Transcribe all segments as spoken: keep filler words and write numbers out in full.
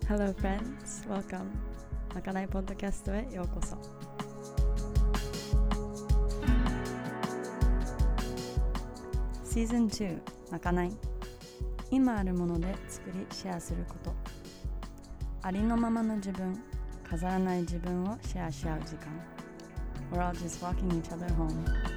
Hello friends, welcome まかないポッドキャストへようこそ。シーズンツーまかない。今あるもので作りシェアすること。ありのままの自分、飾らない自分をシェアし合う時間。We're all just walking each other home.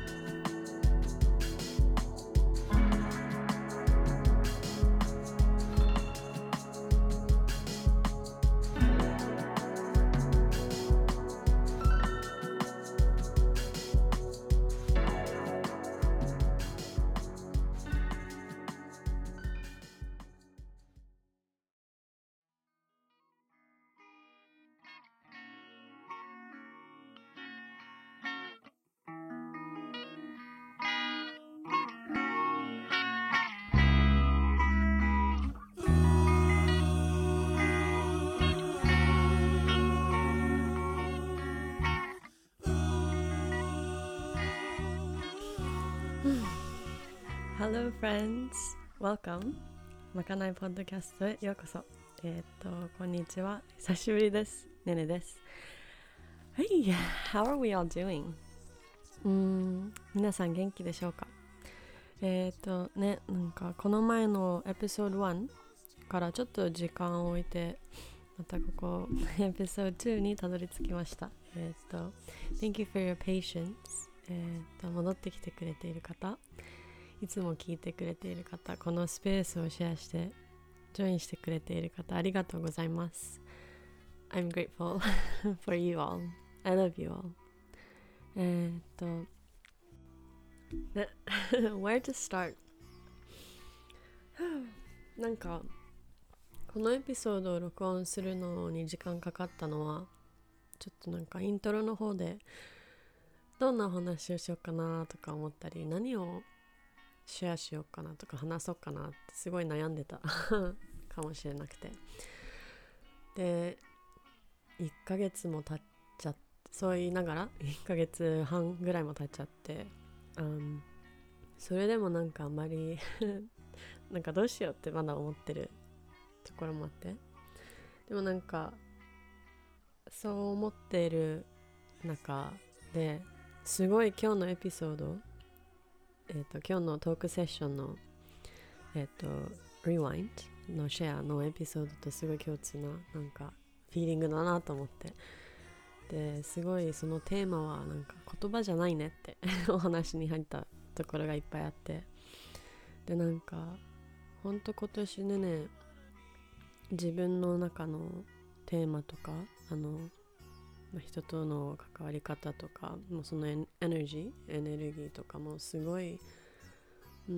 Hello friends, welcome まかないポッドキャストへようこそ。えー、っとこんにちは、久しぶりです。ねねです。はい、how are we all doing? うーん、皆さん元気でしょうか？えー、っとね、なんかこの前のエピソードワンからちょっと時間を置いて、またここエピソードツーにたどり着きました。えー、っと Thank you for your patience。えー、っと戻ってきてくれている方、いつも聞いてくれている方、このスペースをシェアしてジョインしてくれている方、ありがとうございます。 I'm grateful for you all. I love you all. えーっとWhere to start? なんかこのエピソードを録音するのに時間かかったのは、ちょっとなんかイントロの方でどんなお話をしようかなとか思ったり、何をシェアしようかなとか話そうかなってすごい悩んでたかもしれなくて、でいっかげつも経っちゃって、そう言いながらいっかげつはんぐらいも経っちゃって、うん、それでもなんかあんまりなんかどうしようってまだ思ってるところもあって、でもなんかそう思っている中ですごい今日のエピソード、えー、と今日のトークセッションのえっ、と Rewind のシェアのエピソードとすごい共通ななんかフィーリングだなと思って、ですごいそのテーマはなんか言葉じゃないねってお話に入ったところがいっぱいあって、でなんかほんと今年でね、自分の中のテーマとか、あの人との関わり方とか、もうそのエネルギーエネルギーとかもすごい、うん、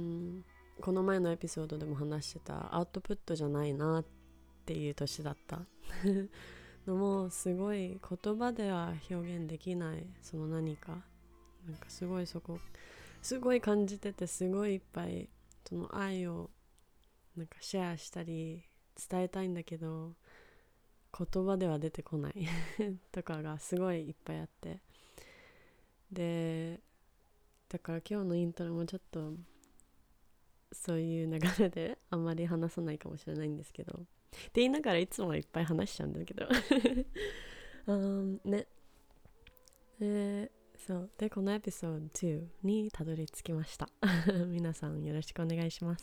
この前のエピソードでも話してたアウトプットじゃないなっていう年だったのも、すごい言葉では表現できないその何か、なんかすごいそこすごい感じてて、すごいいっぱいその愛をなんかシェアしたり伝えたいんだけど言葉では出てこないとかがすごいいっぱいあって、でだから今日のイントロもちょっとそういう流れであんまり話さないかもしれないんですけど、って言いながらいつもいっぱい話しちゃうんだけどうんね、えー、そうでこのエピソードツーにたどり着きました皆さんよろしくお願いします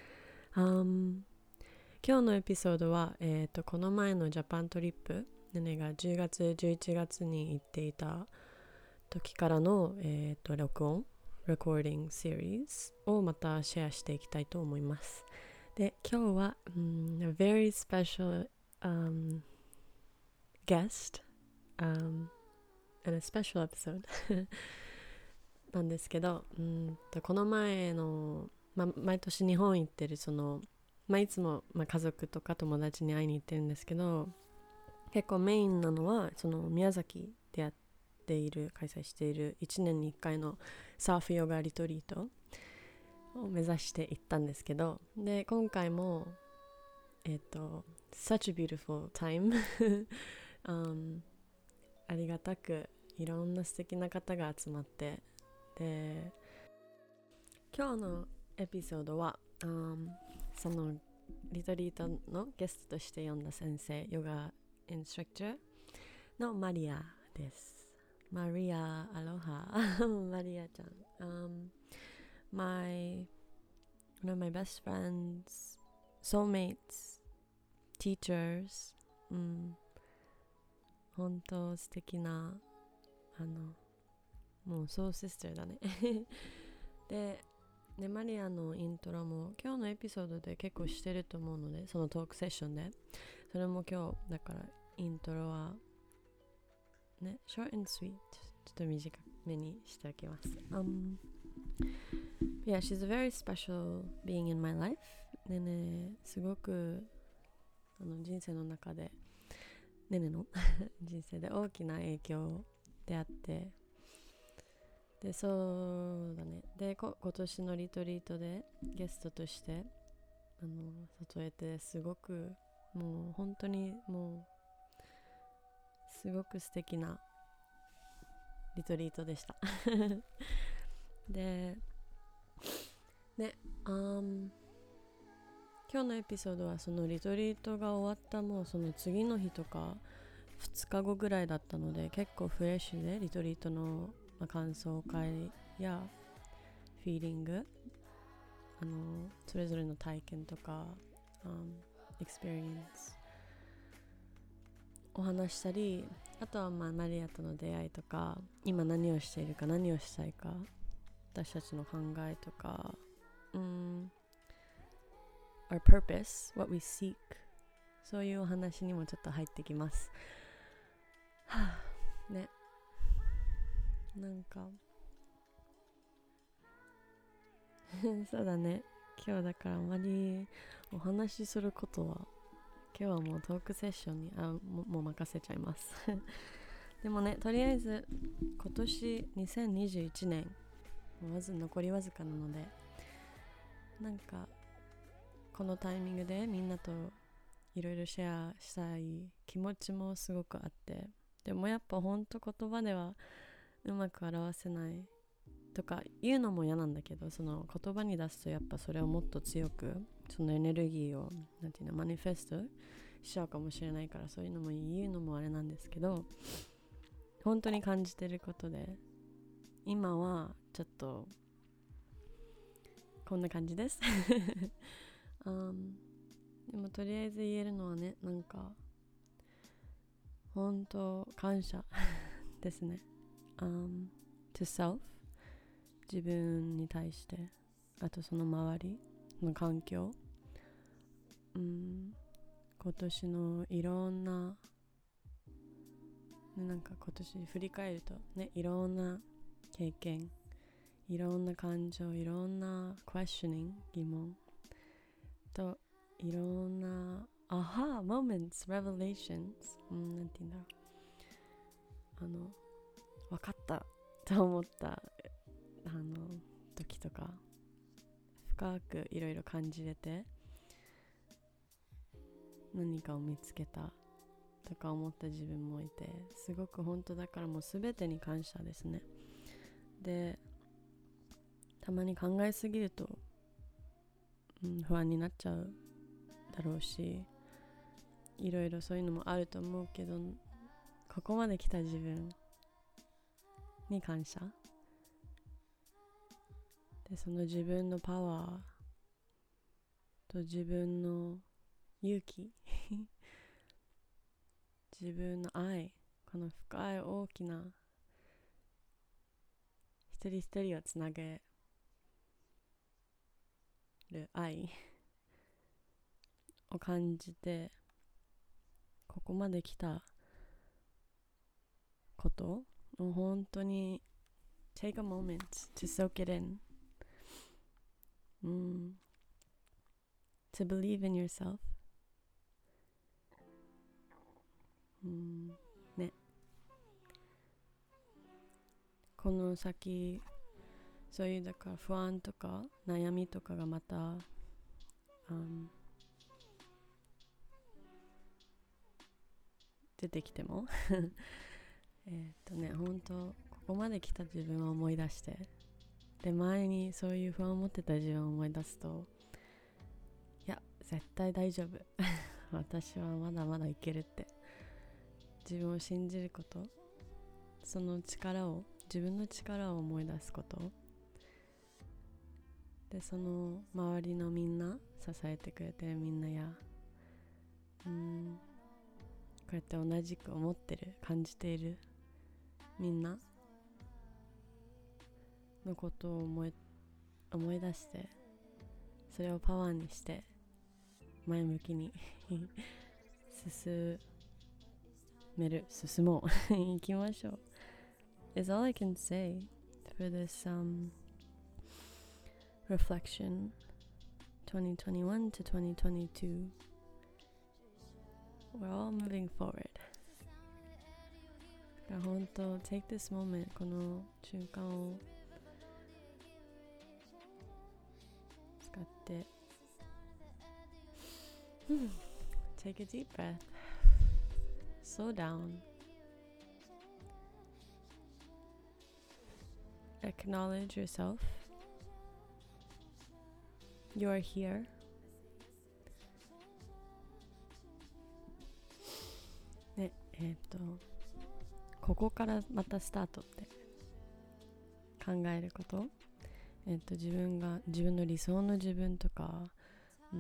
。um, 今日のエピソードは、えー、とこの前のジャパントリップ、ねねがじゅうがつじゅういちがつに行っていた時からの、えー、と録音Recording Series をまたシェアしていきたいと思います。で、今日は、um, a very special、um, guest、um, and a special episode なんですけど、うんとこの前の、ま、毎年日本行ってるその、まあ、いつも、ま、家族とか友達に会いに行ってるんですけど、結構メインなのはその宮崎でやっている開催しているいちねんにいっかいのサーフヨガリトリートを目指して行ったんですけど、で今回もえっ、ー、と such a beautiful time、um, ありがたくいろんな素敵な方が集まって、で今日のエピソードは、um, そのリトリートのゲストとして呼んだ先生、ヨガインストラクターのマリアです。マリア、アロハ。マリアちゃん。Um, my, one of my best friends, soulmates, teachers、うん、本当素敵な、あの、もうソーシスターだね。で、ね、マリアのイントロも今日のエピソードで結構してると思うので、そのトークセッションでそれも今日だからイントロはね、short and sweet ちょっと短めにしておきます。um, Yeah, she's a very special being in my life でね、すごくあの人生の中でねねの人生で大きな影響であって、でそうだね、でこ今年のリトリートでゲストとしてあの誘えて、すごくもう本当にもうすごく素敵なリトリートでしたでね、um, 今日のエピソードはそのリトリートが終わったもうその次の日とかふつかごぐらいだったので、結構フレッシュでリトリートのまあ、感想会やフィーリング、あのそれぞれの体験とか、um, エクスペリエンスお話したり、あとはまあマリアとの出会いとか、今何をしているか何をしたいか、私たちの考えとか、うん、our purpose, what we seek、 そういうお話にもちょっと入ってきます。はぁ、ね、なんかそうだね、今日だからあまりお話しすることは今日はもうトークセッションにあ も, もう任せちゃいますでもね、とりあえず今年にせんにじゅういちねんまず残りわずかなので、なんかこのタイミングでみんなといろいろシェアしたい気持ちもすごくあって、でもやっぱほんと言葉ではうまく表せないとか言うのも嫌なんだけど、その言葉に出すとやっぱそれをもっと強くそのエネルギーをなんていうのマニフェストしちゃうかもしれないから、そういうのも言うのもあれなんですけど、本当に感じてることで今はちょっとこんな感じです、um, でもとりあえず言えるのはね、なんか本当感謝ですね、um, to self、自分に対して、あとその周りの環境、うん、今年のいろんな、なんか今年振り返るとね、いろんな経験、いろんな感情、いろんな questioning 疑問といろんな aha moments revelations、うん、なんて言うんだろう、あの分かったと思ったあの時とか、深くいろいろ感じれて何かを見つけたとか思った自分もいて、すごく本当だからもう全てに感謝ですね。でたまに考えすぎると、うん、不安になっちゃうだろうし、いろいろそういうのもあると思うけど、ここまで来た自分に感謝で、その自分のパワーと自分の勇気自分の愛、この深い大きな一人一人をつなげる愛を感じて、ここまで来たことを本当に take a moment to soak it in、うん、to believe in yourself、うん、ね、この先そういうだから不安とか悩みとかがまた、うん、出てきてもえっとね、本当ここまで来た自分を思い出して、で前にそういう不安を持ってた自分を思い出すと、いや絶対大丈夫私はまだまだいけるって自分を信じること、その力を自分の力を思い出すことで、その周りのみんな、支えてくれてるみんなや、うーんこうやって同じく思ってる感じているみんなのことを思い思い出して、それをパワーにして前向きに進める進もう行きましょう is all I can say for this um reflection twenty twenty-one to twenty twenty-two. We're all moving forward. だから本当 take this moment この瞬間を使ってtake a deep breath, slow down, acknowledge yourself. You're here. ね、えっとここからまたスタートって考えること、えっと自分が自分の理想の自分とか、うん、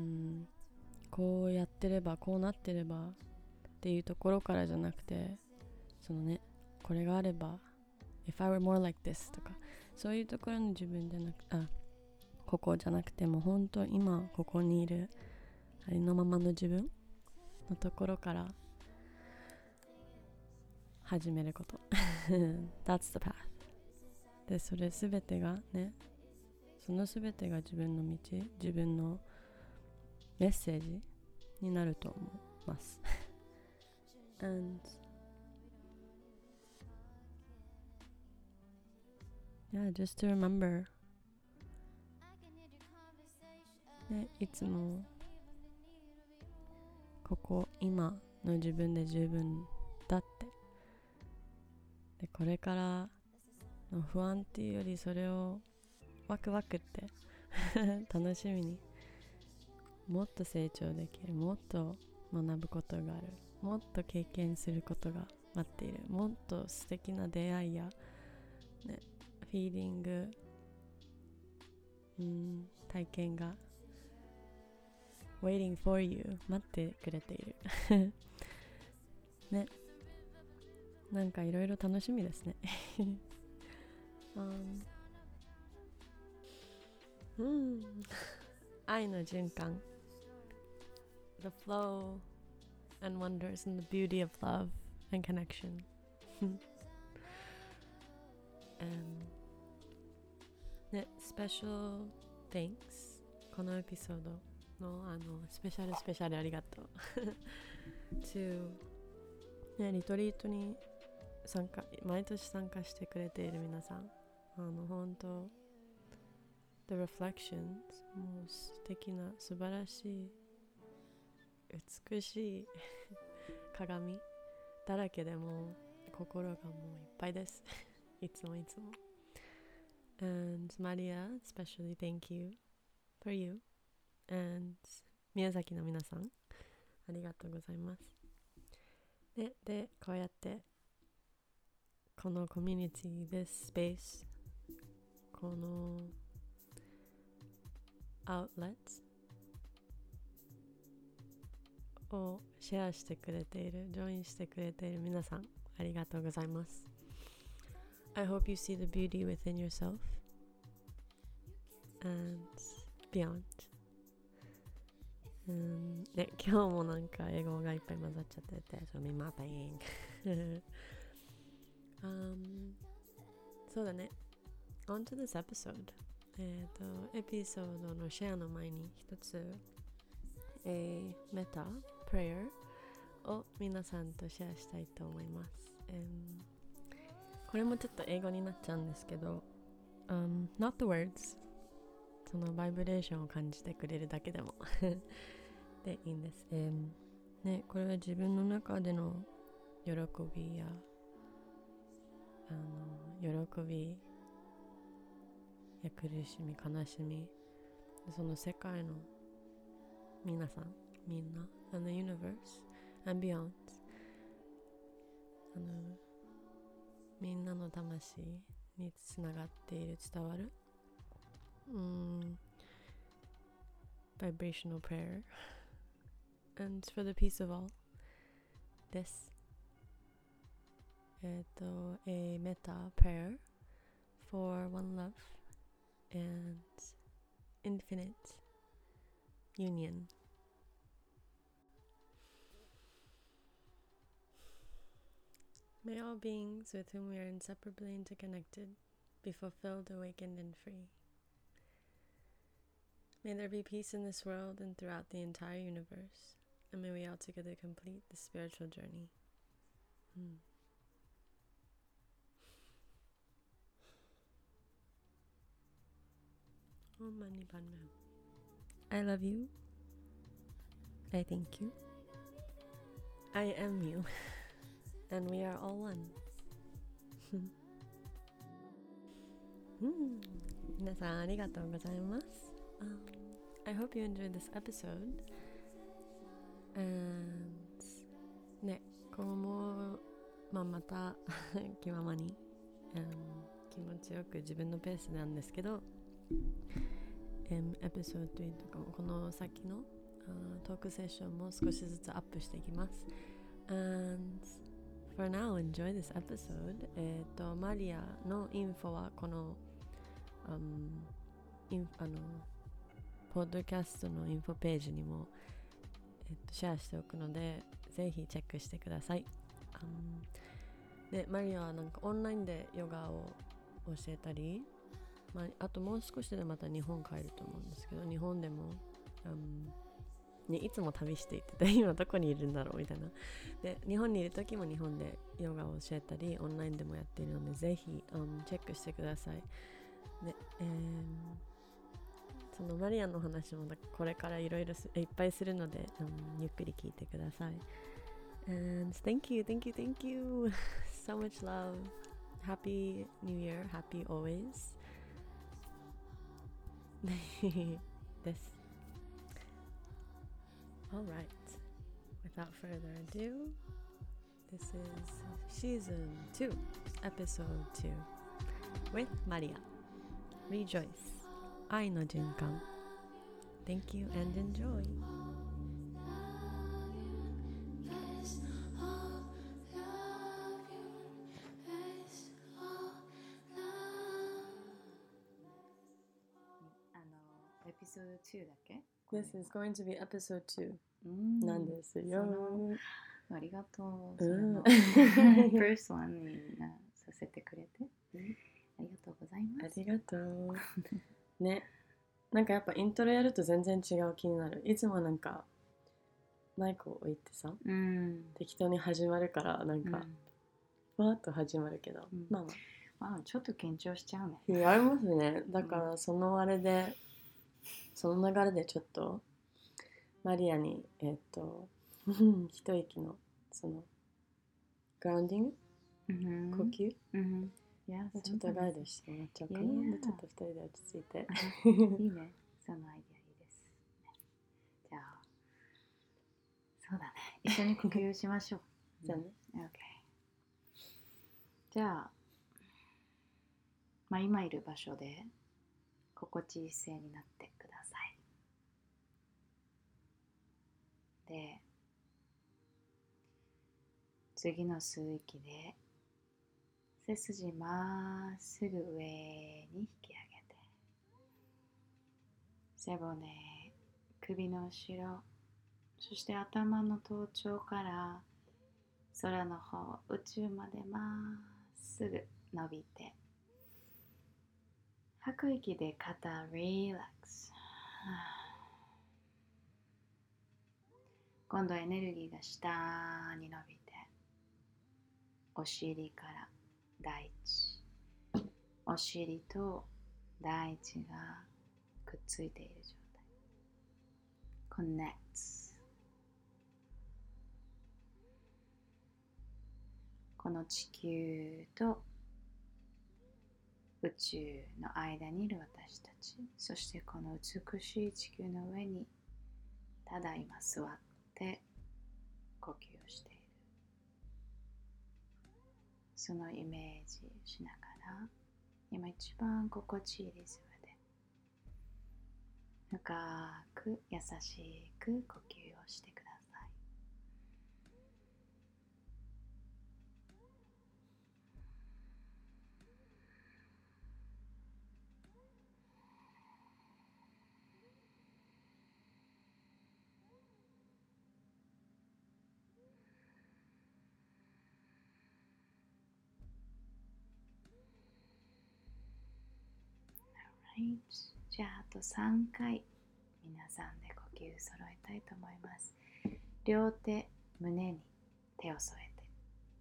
こうやってればこうなってればっていうところからじゃなくて、そのね、これがあれば If I were more like this とかそういうところの自分じゃなくあここじゃなくても本当今ここにいるありのままの自分のところから始めることThat's the path で、それすべてがね、そのすべてが自分の道、自分のメッセージになると思います。And yeah, just to remember ね、いつもここ今の自分で十分だって、でこれからの不安っていうよりそれをワクワクって楽しみに、もっと成長できる、もっと学ぶことがある、もっと経験することが待っている、もっと素敵な出会いや、ね、フィーリング、うん、体験が waiting for you 待ってくれているね、なんかいろいろ楽しみですねum, うん愛の循環 The flow and wonders and the beauty of love and connection and ね、special thanks このエピソードのあのスペシャルスペシャルありがとうto、ね、リトリートに参加毎年参加してくれている皆さん、あの本当 The reflections もう素敵な素晴らしい美しい鏡だらけでも心がもういっぱいですいつもいつも。 And Maria, especially thank you for you and 宮崎の皆さんありがとうございます。で、でこうやってこのコミュニティ this space この outlets をシェアしてくれている、ジョインしてくれている皆さんありがとうございます。 I hope you see the beauty within yourself and beyond、うん、で今日もなんか英語がいっぱい混ざっちゃっててすみませんum, そうだね On to this episode、 えっ、ー、とエピソードのシェアの前に一つえー、メタプレイヤーを皆さんとシェアしたいと思います、えー、これもちょっと英語になっちゃうんですけど、um, not the words そのバイブレーションを感じてくれるだけでもでいいんです、えーね、これは自分の中での喜びやあの喜びや苦しみ悲しみ、その世界の皆さん、みんな and the universe and beyond あのみんなの魂につながっている、伝わるうーん vibrational prayer and for the peace of all this えっと a metta prayer for one love and infinite union. May all beings with whom we are inseparably interconnected be fulfilled, awakened, and free. May there be peace in this world and throughout the entire universe, and may we all together complete the spiritual journey. Hmm. Om Mani Padme. I love you. I thank you. I am you. And we are all one. 皆さんありがとうございます。Um, I hope you enjoyed this episode. And ね、今後も、まあ、また気ままに、um, 気持ちよく自分のペースなんですけど、um, エピソードスリーとかもこの先の、uh, トークセッションも少しずつアップしていきます。And For now, enjoy this episode. えっと、マリアのインフォはこの、um, インあの、ポッドキャストのインフォページにも、えっと、シェアしておくので、ぜひチェックしてください。Um, で、マリアはなんかオンラインでヨガを教えたり、まあ、あともう少しでまた日本帰ると思うんですけど、日本でも、um, ね、いつも旅していて今どこにいるんだろうみたいなで日本にいる時も日本でヨガを教えたりオンラインでもやっているのでぜひ、um, チェックしてくださいで、えー、そのマリアの話もこれからいろいろいっぱいするので、um, ゆっくり聞いてください and thank you thank you thank you so much love happy new year happy always です。All right, without further ado, this is season two, episode two, with Maria. Rejoice, 愛の循環. Thank you and enjoy. Episode two だっけ This is going to be episode two なんですよ。 ありがとう。それの first one にさせてくれてありがとうございます。 ありがとう。ね、なんかやっぱイントロやると全然違う気になる。いつもなんかマイクを置いてさ、 うん、 適当に始まるからなんか、ふわっと始まるけど、 うん、 まあまあ、 まあちょっと緊張しちゃうね。 言われますね。だからそのあれで、その流れでちょっとマリアにえっと一息のそのグラウンディング、 うん、 呼吸、 うん、いやちょっとガイドしてもらっちゃうかな。 いやいやでちょっと二人で落ち着いていいね、そのアイディアいいです。じゃあそうだね、一緒に呼吸しましょう。 じゃあね、 OK。じゃあ、まあ、今いる場所で心地いい姿勢になってください。で、次の吸う息で背筋まっすぐ上に引き上げて、背骨、首の後ろ、そして頭の頭頂から空の方、宇宙までまっすぐ伸びて、吐く息で肩リラックス。今度はエネルギーが下に伸びて、お尻から大地、お尻と大地がくっついている状態。Connects。この地球と宇宙の間にいる私たち、そしてこの美しい地球の上にただ今座って呼吸をしている。そのイメージしながら、今一番心地いいリズムで深く優しく呼吸をしてください。Right. じゃああとさんかい皆さんで呼吸揃えたいと思います。両手胸に手を添えて、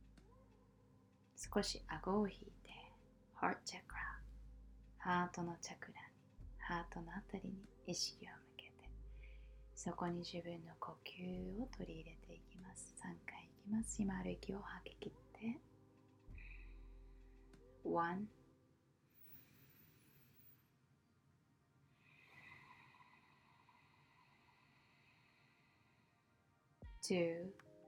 少し顎を引いて Heart Chakra、 ハートのチャクラに、ハートのあたりに意識を向けて、そこに自分の呼吸を取り入れていきます。さんかいいきます。今ある息を吐き切って、one two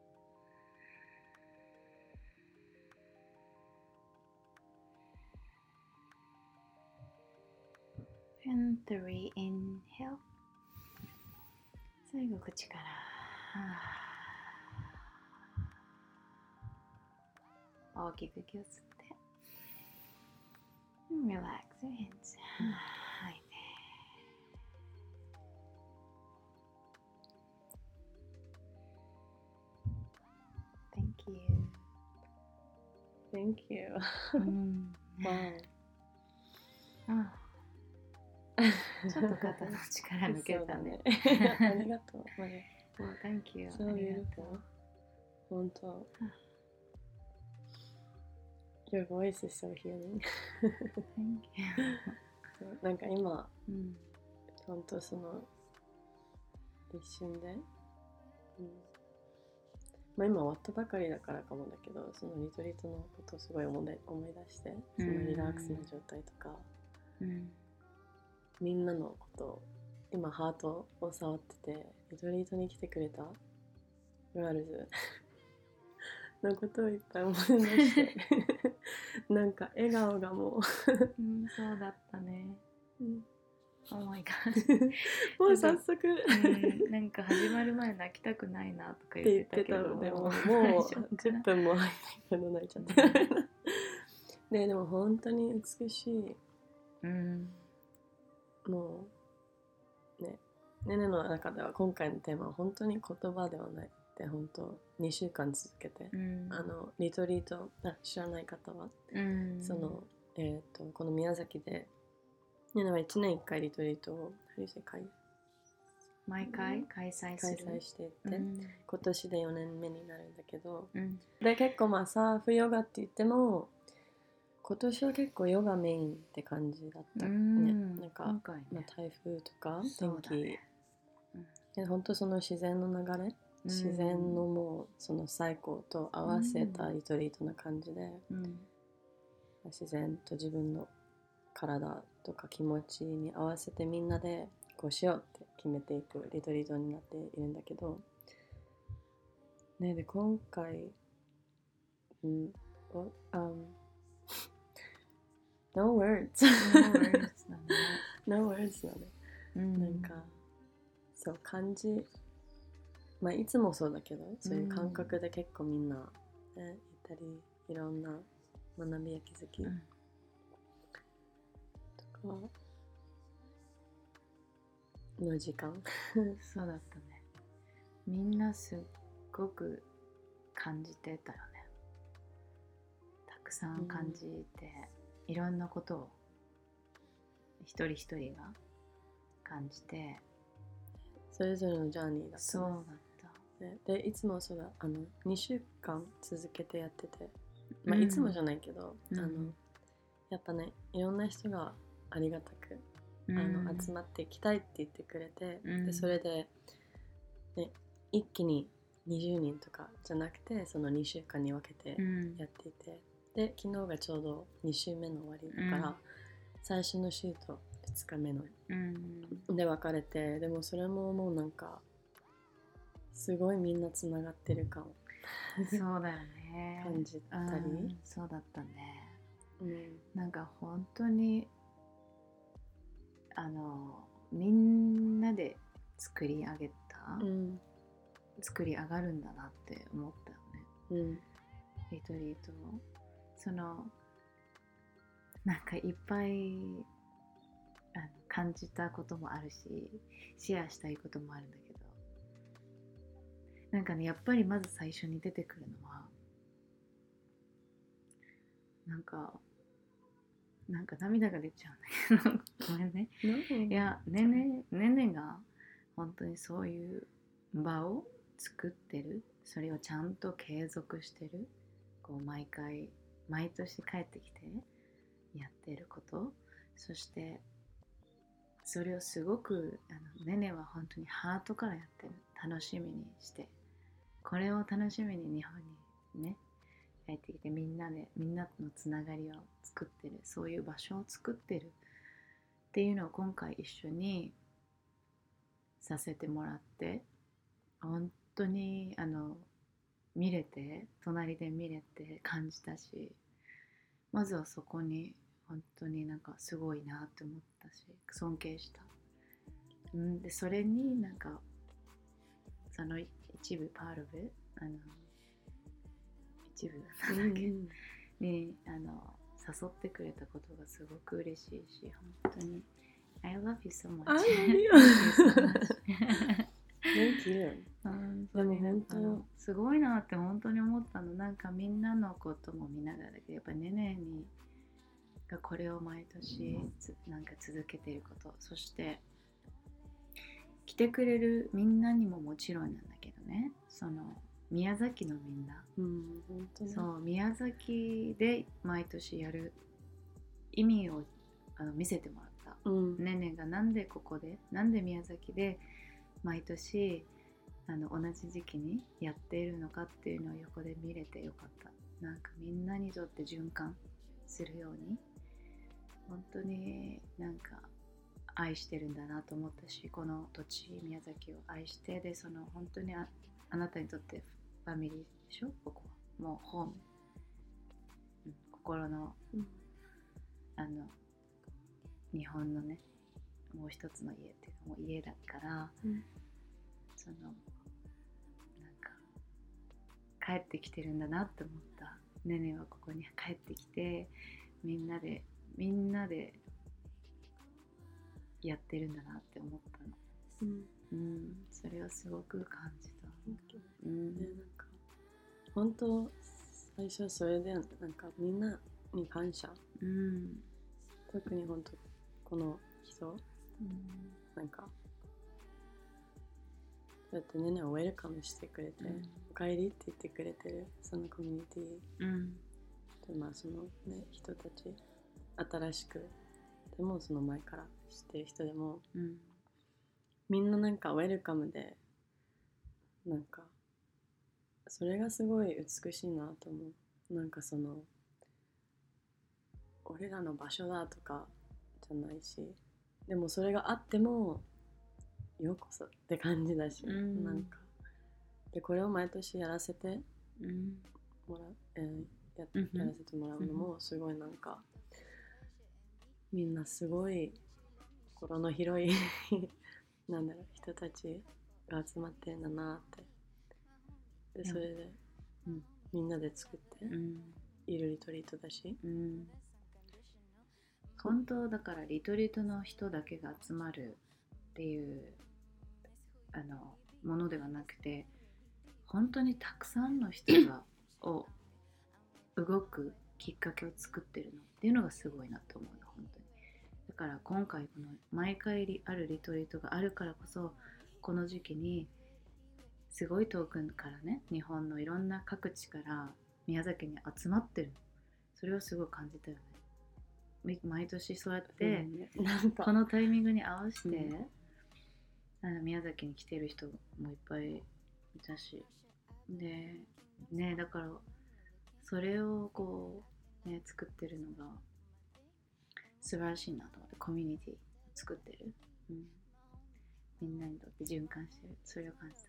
and three. Inhale。 最後口から大きく息を吸って Relax your hands。 吐いて、Thank you。 Thank you うん、 wow あちょっと肩の力抜けたね。 ありがとう。あり Oh, thank you。 So ありがと beautiful。 う。 本当。Your voice is so healing。 Thank you。 そうなんか今、 うん、 本当その一瞬で、うん、まあ今終わったばかりだからかもだけど、そのリトリートのことをすごい思い思い出して、そのリラックスの状態とか、 うん、 みんなのことを今ハートを触ってて、リトリートに来てくれたガールズのことをいっぱい思い出してなんか笑顔がもう、 うん、そうだったね。 うん、 Oh my god。 もう早速うん、なんか始まる前泣きたくないなとか言ってたけど、 って言ってたのでももう大丈夫か 10 な。 分も入ってけど泣いちゃってね。でも本当に美しい、 うん、 もうね、ねねの中では今回のテーマは本当に言葉ではないって本当にしゅうかん続けて、 うん、 あのリトリートあ知らない方は、 うん、 その、えー、とこの宮崎でねねはいちねんいっかいリトリートを開毎回開催する、 開催していて、 うん、 今年でよねんめになるんだけど、 うん、 で結構まあサーフヨガって言っても今年は結構ヨガメインって感じだったね。なんか、 今回ね、 まあ、台風とか天気、 ね、 うん、本当その自然の流れ、自然のもうそのサイクルと合わせたリトリートな感じで、 うん、 自然と自分の体とか気持ちに合わせてみんなでこうしようって決めていくリトリートになっているんだけどね。で今回、うん、お、um, no words no words だね no words だね、 うん、 なんかそう感じ、まあいつもそうだけど、そういう感覚で結構みんな、ね、言ったりいろんな学びや気づき、うん、とかの時間そうだったね。みんなすっごく感じてたよね。たくさん感じて、うん、いろんなことを一人一人が感じて、 それぞれのジャーニーだった、ね、 そうだったね。でいつもそうだ、あのにしゅうかん続けてやってて、まあ、いつもじゃないけど、うん、あのやっぱねいろんな人がありがたく、うん、あの集まっていきたいって言ってくれて、うん、でそれで、ね、一気ににじゅうにんとかじゃなくてそのにしゅうかんに分けてやっていて、うん、で昨日がちょうどに週目の終わりだから、うん、最初の週とふつかめの、うん、で分かれて、でもそれももうなんかすごいみんなつながってるかもそうだよね。 感じたり、 うん、そうだったね。 うん、 なんか本当にあのみんなで作り上げた、 うん、 作り上がるんだなって思ったよね。 うん、 リトリートそのなんかいっぱいあの感じたこともあるし、シェアしたいこともあるんだけど、なんかねやっぱりまず最初に出てくるのはなんかなんか涙が出ちゃうんだけどごめんね。いやねねねねが本当にそういう場を作ってる、それをちゃんと継続してる、こう毎回毎年帰ってきてやってること、そしてそれをすごくあのねねは本当にハートからやってる、楽しみにして、これを楽しみに日本にね帰ってきてみんなでみんなのつながりを作ってる、そういう場所を作ってるっていうのを今回一緒にさせてもらって、本当にあの見れて、隣で見れて感じたし、まずはそこに本当になんかすごいなって思ったし尊敬した、うん、でそれになんかその一部パールブあの一部なんだっけ、うん、にあの誘ってくれたことがすごく嬉しいし、本当に I love you so much. I love you. Thank you. うん、でも本当すごいなって本当に思ったの。なんかみんなのことも見ながらだけど、やっぱりねねにがこれを毎年なんか続けていること、そして来てくれるみんなにももちろんなんだけどね、その宮崎のみんな、 うん、本当にそう宮崎で毎年やる意味をあの見せてもらった、うん、ねねがなんでここでなんで宮崎で毎年あの同じ時期にやっているのかっていうのを横で見れてよかった。なんかみんなにとって循環するように本当になんか愛してるんだなと思ったし、この土地宮崎を愛して、でその本当に あ, あなたにとってファミリーでしょ、ここはもうホーム、うん、心の、うん、あの日本のねもう一つの家っていうかもう家だから、うん、そのなんか帰ってきてるんだなって思った。ねねはここに帰ってきてみんなでみんなでやってるんだなって思ったの、うんうん、それをすごく感じた、 うんね、なんか本当最初それでなんかみんなに感謝、うん、特に本当この人、うん、なんかそうやってねねをウェルカムしてくれて、うん、おかえりって言ってくれてるそのコミュニティ、うん、でまあそのね人たち新しくでもその前から知ってる人でも、うん、みんななんかウェルカムでなんかそれがすごい美しいなと思う。なんかその俺らの場所だとかじゃないし、でもそれがあってもようこそって感じだし、うん、なんかでこれを毎年やらせてもらう、えー、や, やらせてもらうのもすごいなんか、うん、みんなすごい心の広いなんだろう人たちが集まってんだなって、でそれで、うん、みんなで作っているリトリートだし、うん、 本当だからリトリートの人だけが集まるっていうあのものではなくて、本当にたくさんの人がを動くきっかけを作ってるのっていうのがすごいなと思うの、本当に。だから今回この毎回あるリトリートがあるからこそ、この時期にすごい遠くからね、日本のいろんな各地から宮崎に集まってる、それをすごい感じたよね。毎年そうやって、うん、なんかこのタイミングに合わせて、うん、あの宮崎に来てる人もいっぱいいたし、でね、だからそれをこうね作ってるのが素晴らしいなと思って、コミュニティ作ってる、うん、みんなにとって循環してる、それを感じたな。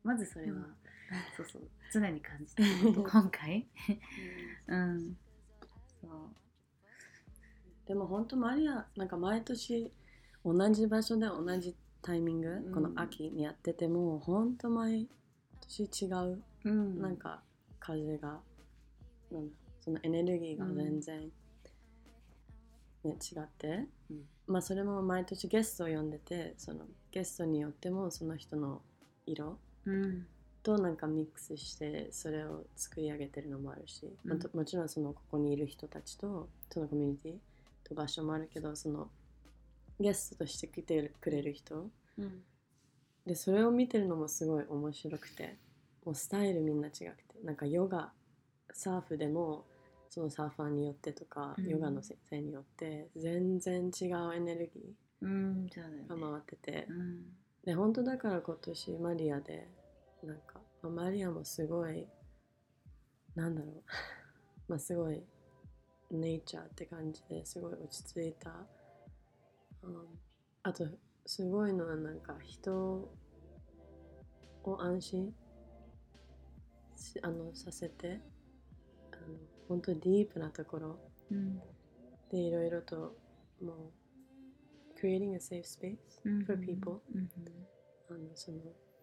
まずそれは、 うん、 そうそう常に感じてること今回うんそうでも本当マリアなんか毎年同じ場所で同じタイミング、 うん、 この秋にやってても本当毎年違う、 うん、 なんか風がなんだそのエネルギーが全然、ね、違って、うん、まあそれも毎年ゲストを呼んでて、そのゲストによってもその人の色となんかミックスしてそれを作り上げてるのもあるし、うん、まあ、もちろんそのここにいる人たちとそのコミュニティと場所もあるけど、そのゲストとして来てくれる人、うん、でそれを見てるのもすごい面白くて、もうスタイルみんな違くて、なんかヨガサーフでもそのサーファーによってとか、うん、ヨガの先生によって全然違うエネルギーが回ってて、うん、で本当だから今年マリアでなんか、まあ、マリアもすごいなんだろうまあすごいネイチャーって感じですごい落ち着いた、うん、あとすごいのはなんか人を安心あのさせて、あの本当にディープなところ、うん、でいろいろともう creating a safe space for people、うんうん、あのその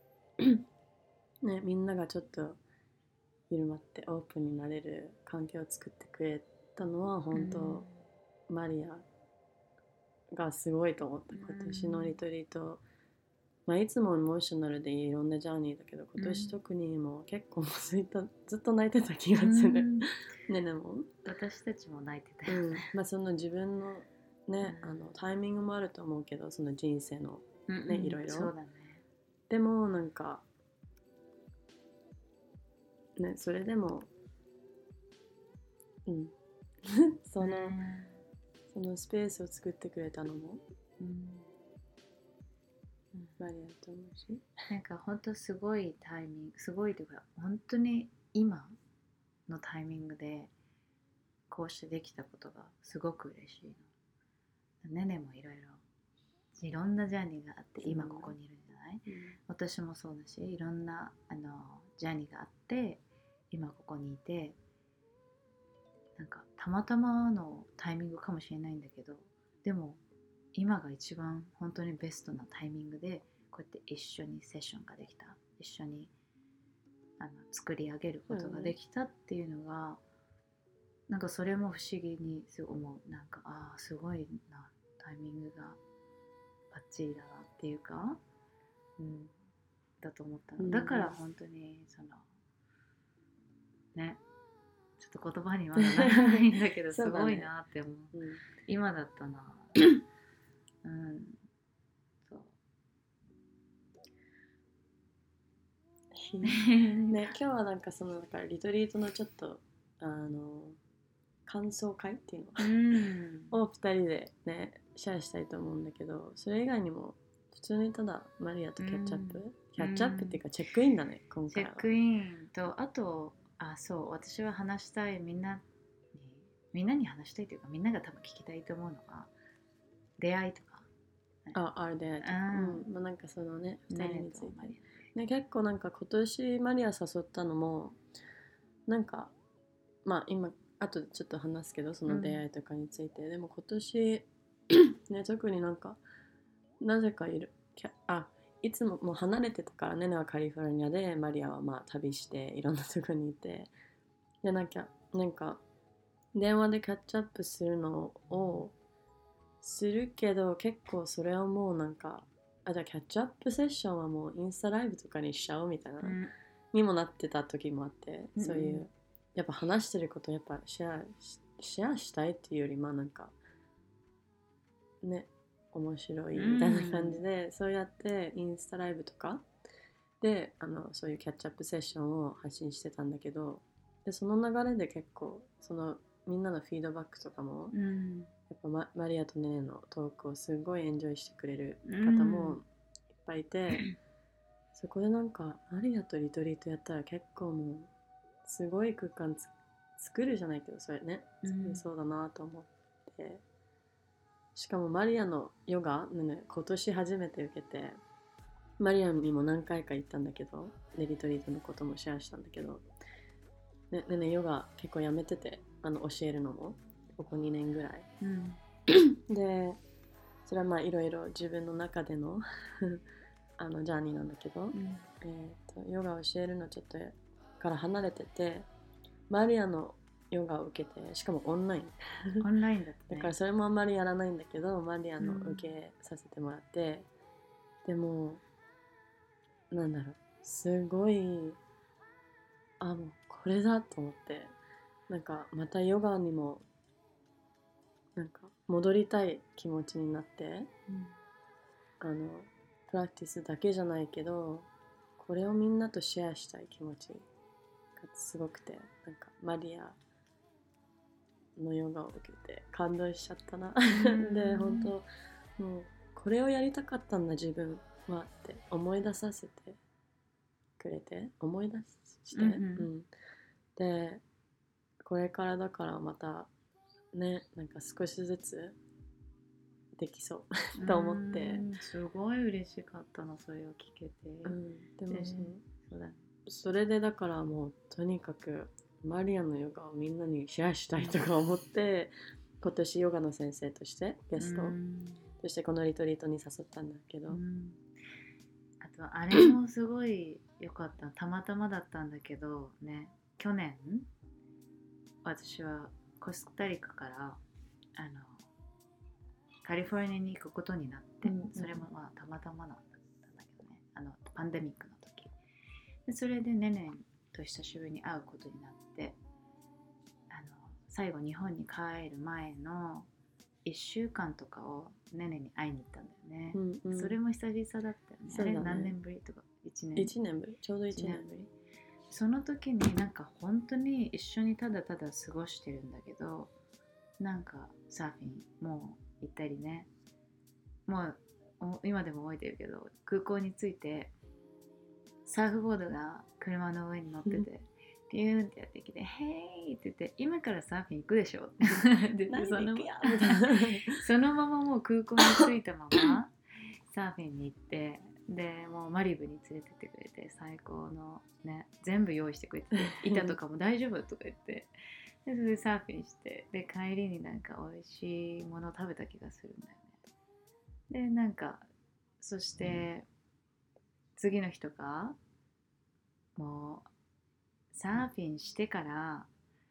ね、みんながちょっと緩まってオープンになれる環境を作ってくれたのは本当、うん、マリアがすごいと思った。今年のリトリート、まあ、いつもエモーショナルでいろんなジャーニーだけど今年特にもう結構ずっとずっと泣いてた気がする、うん、ねねも私たちも泣いてたよね、うん、 まあ、その自分のね、うん、あのタイミングもあると思うけどその人生のね、うん、いろいろそうだね。 でもなんかねそれでもうんその、そのスペースを作ってくれたのも、うん、マリアと思うし、 なんか本当すごいタイミング、すごいというか本当に今のタイミングでこうしてできたことがすごく嬉しいの。ねねもいろいろいろんなジャーニーがあって今ここにいるんじゃない、うん、私もそうだしいろんなあのジャーニーがあって今ここにいて、なんかたまたまのタイミングかもしれないんだけど、でも今が一番本当にベストなタイミングでこうやって一緒にセッションができた、一緒にあの作り上げることができたっていうのが、うん、なんかそれも不思議に思う。なんかああすごいな、タイミングがバッチリだなっていうか、うん、だと思ったの、うん、だから本当にそのねちょっと言葉にまだならないんだけどすごいなって思う、う、ね、うん、今だったなうんそうね、今日はなんかそのだからリトリートのちょっとあの感想会っていうの、うん、をふたりでねシェアしたいと思うんだけど、それ以外にも普通にただマリアとキャッチアップ、うん、キャッチアップっていうかチェックインだね、うん、今回はチェックインと、あとあそう私は話したいみんなにみんなに話したいというかみんなが多分聞きたいと思うのは出会いとか、 あ、ある出会いとか、うん、まあ、なんかそのねふたりについて、ね、結構なんか今年マリア誘ったのもなんかまあ今後でちょっと話すけどその出会いとかについて、うん、でも今年ね特になんかなぜかいるあいつももう離れてたからね、ねはカリフォルニアでマリアはまあ旅していろんなとこにいて、でなんかなんか電話でキャッチアップするのをするけど結構それはもうなんかあじゃあキャッチアップセッションはもうインスタライブとかにしちゃおうみたいな、うん、にもなってた時もあって、うん、そういうやっぱ話してることやっぱシェアシェアしたいっていうよりまあなんかね面白いみたいな感じで、うん、そうやってインスタライブとかであのそういうキャッチアップセッションを発信してたんだけど、でその流れで結構そのみんなのフィードバックとかも、うん、やっぱ マ, マリアとネネのトークをすごいエンジョイしてくれる方もいっぱいいて、うん、そこでなんかマリアとリトリートやったら結構もうすごい空間つ作るじゃないけどそれね作れそうだなと思って、うん、しかもマリアのヨガ、ね、今年初めて受けてマリアンにも何回か行ったんだけど、でリトリートのこともシェアしたんだけど、ねねねヨガ結構やめてて、あの教えるのもここにねんぐらい、 うん、 でそれはまあいろいろ自分の中でのあのジャーニーなんだけど、 うん、 えー、とヨガを教えるのちょっとから離れてて、マリアのヨガを受けて、しかもオンラインオンラインだったね。 だからそれもあんまりやらないんだけど、マリアの受けさせてもらって、うん、でもなんだろう、すごい、あ、もうこれだと思って、なんかまたヨガにもなんか戻りたい気持ちになって、 うん、 あのプラクティスだけじゃないけど、これをみんなとシェアしたい気持ちがすごくて、なんかマリアのヨガを受けて感動しちゃったなで、本当もうこれをやりたかったんだ自分はって思い出させてくれて、思い出して、うん、うん、でこれからだからまたね、なんか少しずつできそうと思って、 すごい嬉しかったの、それを聞けて、 うん、でもその、 そうだ、 それでだからもうとにかくマリアのヨガをみんなにシェアしたいとか思って今年ヨガの先生としてゲストとしてこのリトリートに誘ったんだけど、うん、 あとあれもすごい良かったたまたまだったんだけどね、去年私はコスタリカからあのカリフォルニアに行くことになって、うんうん、それもまあたまたまだったんだけどね、あのパンデミックの時で、それでねねと久しぶりに会うことになって、あの最後日本に帰る前のいっしゅうかんとかをねねに会いに行ったんだよね、うんうん、それも久々だったよ ね, あれ何年ぶりとかいちねん、 いちねんぶり、ちょうどいちねんぶり。 その時になんか本当に一緒にただただ過ごしてるんだけど、なんかサーフィンもう行ったりね、もう今でも覚えてるけど、空港に着いてサーフボードが車の上に乗ってて、うん、ピューンってやってきて「ヘイ!」って言って「今からサーフィン行くでしょ」でそのそのままもう空港に着いたままサーフィンに行って、でもうマリブに連れてってくれて、最高のね全部用意してくれて、板とかも大丈夫とか言ってでそれでサーフィンして、で帰りになんか美味しいものを食べた気がするんだよね。でなんかそして次の日とかもうサーフィンしてから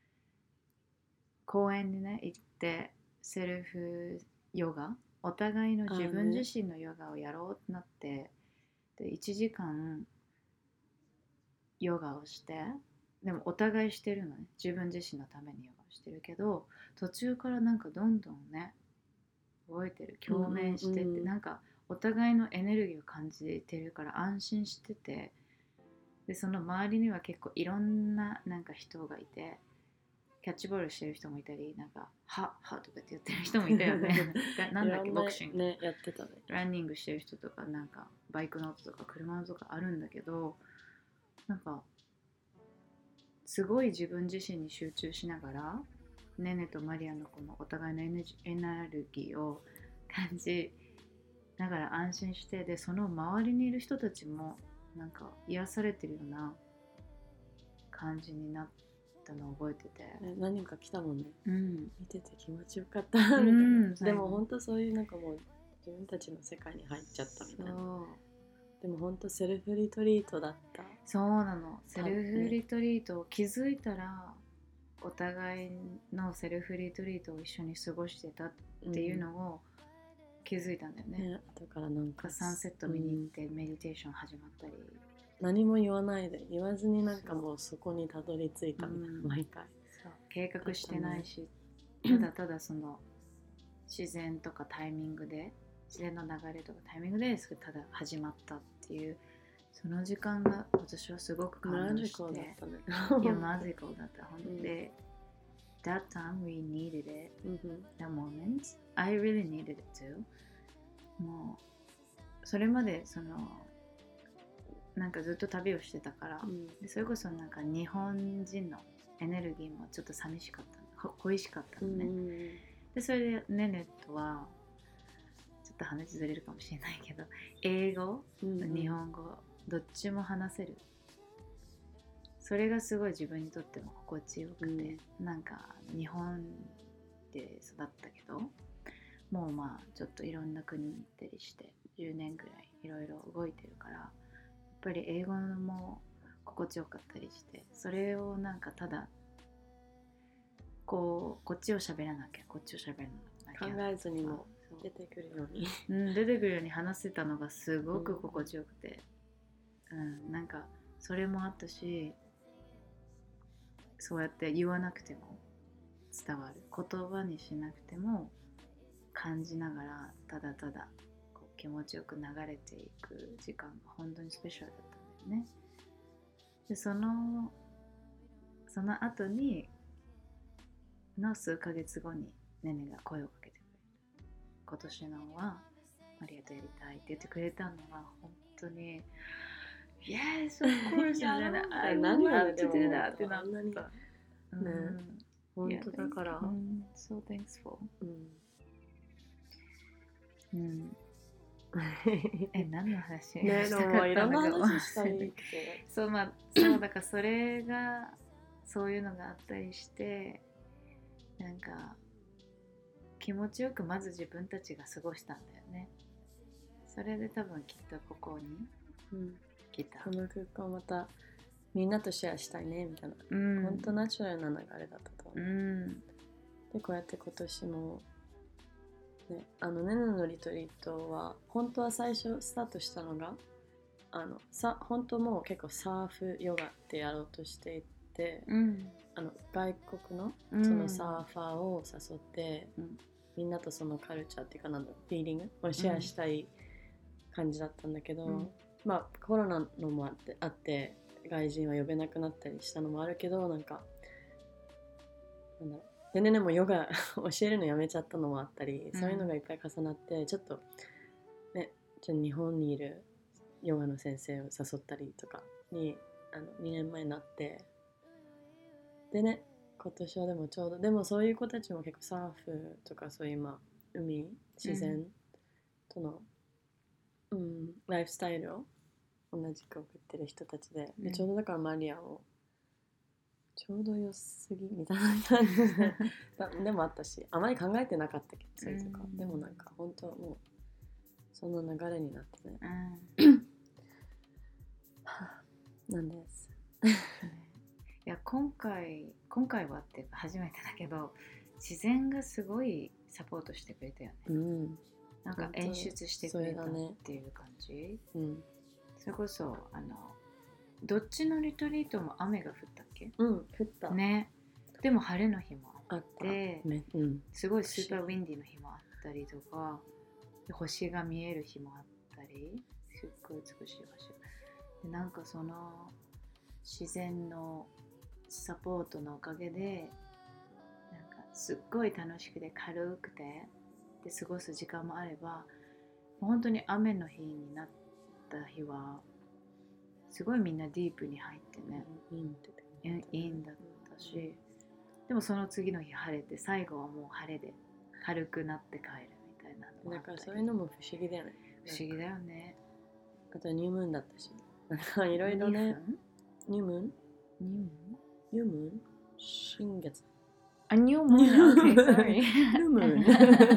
公園にね行ってセルフヨガ、お互いの自分自身のヨガをやろうってなって、でいちじかんヨガをして、でもお互いしてるのね、自分自身のためにヨガをしてるけど、途中からなんかどんどんね覚えてる、共鳴してって、うんうんうん、なんかお互いのエネルギーを感じてるから安心してて、でその周りには結構いろんななんか人がいて、キャッチボールしてる人もいたり、なんかははとかって言ってる人もいたよねなんだっけ、ボクシング、 ね、やってたね、 ランニングしてる人とか、なんかバイクの音とか車の音とかあるんだけど、なんかすごい自分自身に集中しながらネネとマリアのこのお互いのエネルギーを感じながら安心して、でその周りにいる人たちもなんか癒されてるような感じになったのを覚えてて、 何人か来たもんね、 うん、 見てて気持ちよかったみたいな、うん、でも本当そういうなんかもう自分たちの世界に入っちゃったみたいな。でも本当セルフリトリートだった。 そうなの、セルフリトリート、気づいたらお互いのセルフリトリートを一緒に過ごしてたっていうのを気づいたんだよね、うんね、 だからなんかサンセット見に行ってメディテーション始まったり、うん、 何も言わないで、言わずになんかもうそこにたどり着いたみたいな、うん、毎回そう計画してないし、ただただその自然とかタイミングで、自然の流れとかタイミングでただ始まったっていう、その時間が私はすごく感動して、マジカルだったね。いやマジカルだった本当で、うん、That time we needed it、うん、the moment I really needed it too。 もうそれまでそのなんかずっと旅をしてたから、うん、でそれこそなんか日本人のエネルギーもちょっと寂しかったの、恋しかったのね、うん、でそれでネネとはちょっと話ずれるかもしれないけど、英語、 うんうん、 日本語どっちも話せる。それがすごい自分にとっても心地よくて、うん、なんか日本で育ったけど、もうまあちょっといろんな国に行ったりしてじゅうねんぐらいいろいろ動いてるから、やっぱり英語も心地よかったりして、それをなんかただこうこっちを喋らなきゃこっちを喋らなきゃ考えずにも出てくるように、 うん、出てくるように話せたのがすごく心地よくて、うんうん、なんかそれもあったし、そうやって言わなくても伝わる、言葉にしなくても感じながらただただこう気持ちよく流れていく時間が本当にスペシャルだったんだよね。でそのその後にの数ヶ月後にネネが声をかけてくれた。今年のはマリアとやりたいって言ってくれたのが本当に Yes, of course. I love to do that ってなった。 うん、ね、本当だから、 うん、so thankful。うん。うん、え、何の話ね、でもいろんな話したいってそう、まあ、そうだからそれがそういうのがあったりして、なんか気持ちよくまず自分たちが過ごしたんだよね。それで多分きっとここに来た、 うん、この空間またみんなとシェアしたいねみたいな、 うん、 本当ナチュラルな流れだったと思う、うん、でこうやって今年もね、あのネネのリトリートは本当は最初スタートしたのがあのさ本当もう結構サーフヨガってやろうとしていて、うん、あの外国のそのサーファーを誘って、うん、みんなとそのカルチャーっていうかなんだろうフィーリングをシェアしたい感じだったんだけど、うん、まあコロナのもあって、あって外人は呼べなくなったりしたのもあるけど、なんかなんだろうでねねもヨガ教えるのやめちゃったのもあったり、そういうのがいっぱい重なってちょっとね、ちょっと日本にいるヨガの先生を誘ったりとかにあのにねんまえになって、でね今年はでもちょうどでもそういう子たちも結構サーフとかそういうまあ海自然との、うんうん、ライフスタイルを同じく送ってる人たち で, でちょうどだからマリアをちょうど良すぎみたいな感じででもあったし、あまり考えてなかったけどそれとか、うん、でもなんか本当もうそんな流れになってね、うん、なんですいや今回今回はっていうか初めてだけど自然がすごいサポートしてくれたよね、うん、なんか演出してくれたっていう感じ、ね、うん、それこそあのどっちのリトリートも雨が降ったっけ？ うん、降ったね。でも晴れの日もあって、ね、うん、すごいスーパーウィンディの日もあったりとか、星が見える日もあったり、すっごい美しい星で、なんかその自然のサポートのおかげでなんかすっごい楽しくて軽くてで過ごす時間もあれば、本当に雨の日になった日はすごいみんなディープに入ってね、いいんだったし、でもその次の日晴れて最後はもう晴れで軽くなって帰るみたいなのだからそういうのも不思議だよね。 不思議だよね。 あとニュームーンだったし、なんかいろいろね。ニュームーン？ニュームーン？ニュームーン？新月。 あ、ニュームーン。Okay, sorry. ニュームーン。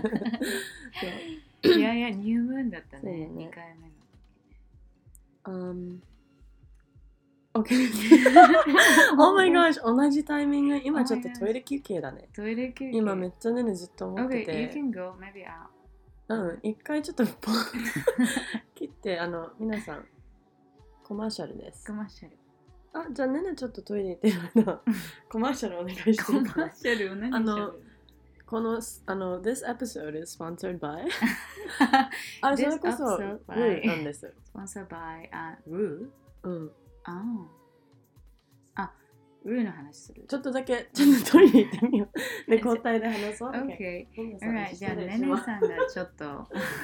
いやいやニュームーンだったね。にかいめの。 Um Okay. Oh my gosh, 同じタイミング。今ちょっとトイレ休憩だね。 トイレ休憩。 今めっちゃねねずっと思ってて。 Okay, you can go, maybe out. うん、一回ちょっとポン切って、あの、皆さん、コマーシャルです。 コマーシャル。 あ、じゃあねねちょっとトイレ行ってるの。コマーシャルお願いしていいか。 コマーシャルを何しゃべる？ あの、この、あの、This episode is sponsored by あ、それこそ、ルーなんです。 Sponsored by, あ、ルー？うん。ああ、ルーの話する。 ちょっとだけ、ちょっとトイレ行ってみよう。で、交代で話そう。 OK。Alright、じゃあ、ねねさんがちょっと、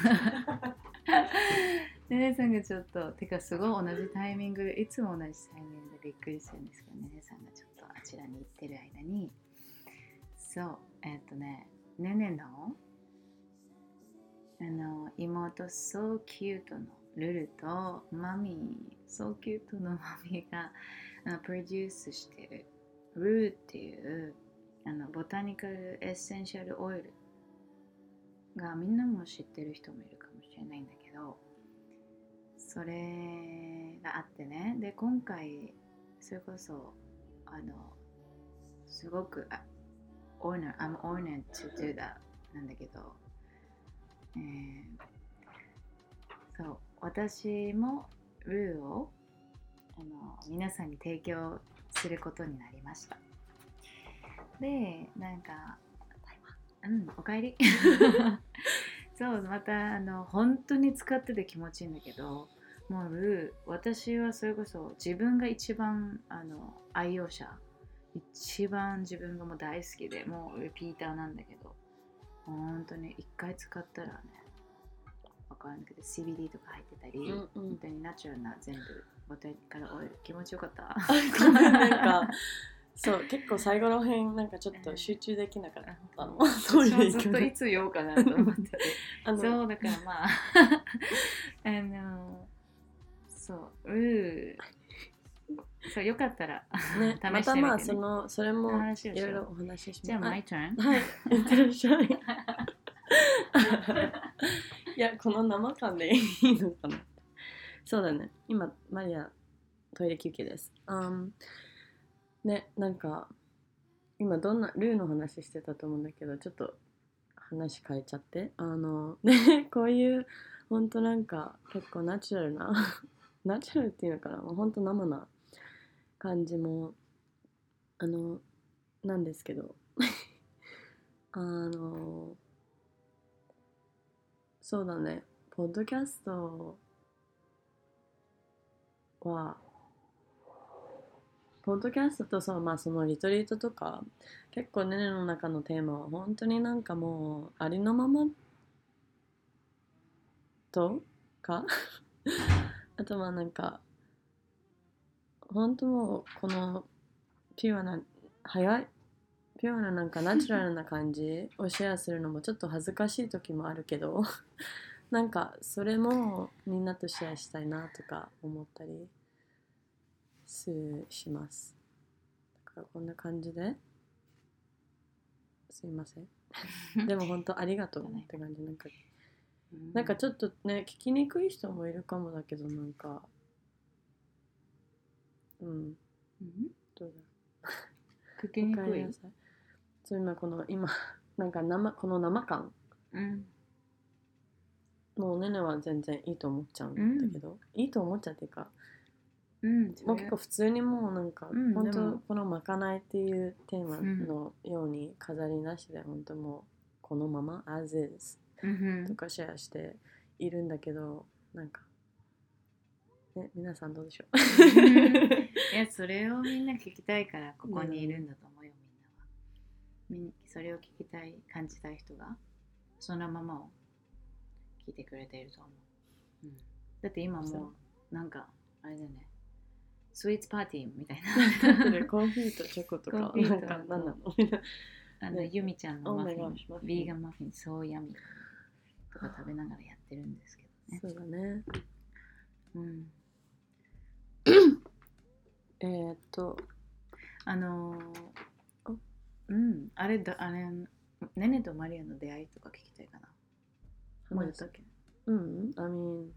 ねねさんがちょっと、てかすごい同じタイミングで、いつも同じタイミングでびっくりするんですけど、ねねさんがちょっとあちらに行ってる間に、そう、えっとね、ねねのあの妹 So Cute のルルとマミー So Cute のマミーがあのプロデュースしてるルーっていうあのボタニカルエッセンシャルオイルがみんなも知ってる人もいるかもしれないんだけど、それがあってね、で今回それこそあのすごくあ honor I'm honored to do that なんだけど、えーそう私もルーをあの皆さんに提供することになりました。でなんかうんおかえりそうまたあの本当に使ってて気持ちいいんだけど、もうルー私はそれこそ自分が一番あの愛用者、一番自分がもう大好きでもうリピーターなんだけど、本当に一回使ったらねわかんないけど シービーディー とか入ってたり、 うんうん、 本当にナチュラルな全部ボタニカルオイル気持ちよかった。 ごめんなんかそう結構最後の辺なんかちょっと集中できなかったの。 私もずっといつ言おうかなと思っててあのそうだからまああのそうルーそうよかったら、 ね、 試してみて、ね、 またまあそのそれも話をしよういろいろお話しします。 じゃあマイターンはいいってらっしゃいいやこの生感でいいのかな。そうだね、今マリアトイレ休憩です。um, ね、なんか今どんなルーの話してたと思うんだけど、ちょっと話変えちゃって、あのねこういうほんとなんか結構ナチュラルなナチュラルっていうのかな、ほんと生な感じもあのなんですけどあのそうだね、ポッドキャストはポッドキャストとそう、まあ、そのリトリートとか結構ねねの中のテーマは本当になんかもうありのままとかあとはなんか本当もうこのピュアな早いピュアななんかナチュラルな感じをシェアするのもちょっと恥ずかしい時もあるけどなんかそれもみんなとシェアしたいなとか思ったりします。だからこんな感じですいませんでも本当ありがとうって感じ。なんかなんかちょっとね聞きにくい人もいるかもだけど、なんかうん、うん、どうだ聞きにくいそう今この今なんか生この生感、うん、もうねねは全然いいと思っちゃうんだけど、うん、いいと思っちゃうっていうか、うん、もう結構普通にもうなんか、うん、本当このまかないっていうテーマのように飾りなしで本当もうこのまま as is とかシェアしているんだけど、なんかね、皆さんどうでしょういやそれをみんな聞きたいからここにいるんだと思うよ、みんなは。それを聞きたい感じたい人がそのままを聞いてくれていると思う、うん、だって今もうなんかあれだね、スイーツパーティーみたいなコーヒーとチョコとかなんか何なのあの、ね、ユミちゃんのマフィン、oh、ビーガンマフィンそうヤミとか食べながらやってるんですけどね。 そうだね。 うんえーっとあのー、うんあれだあれねねとマリアの出会いとか聞きたいかな。もう言ったっけ？ うん、I mean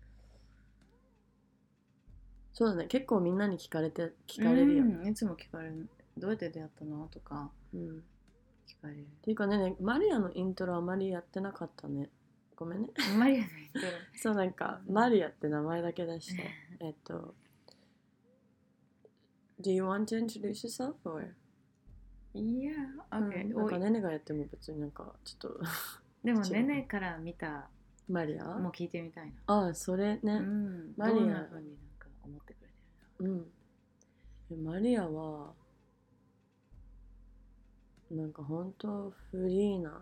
そうだね、結構みんなに聞かれて聞かれるよ、 うん、いつも聞かれる。どうやって出会ったのとか、うん、聞かれる。 っていうかね、マリアのイントロあまりやってなかったね。ごめんね。 マリアのイントロ。 そうなんか、うん、マリアって名前だけ出して、えっと、Do you want to introduce yourself or? Yeah, okay. うん、なんかねねがやっても別になんかちょっとでもねねから見たマリアもう聞いてみたいな。 ああ、それね。 うん、マリアどんな風になんか思ってくれてるの？うん。マリアはなんか本当フリーな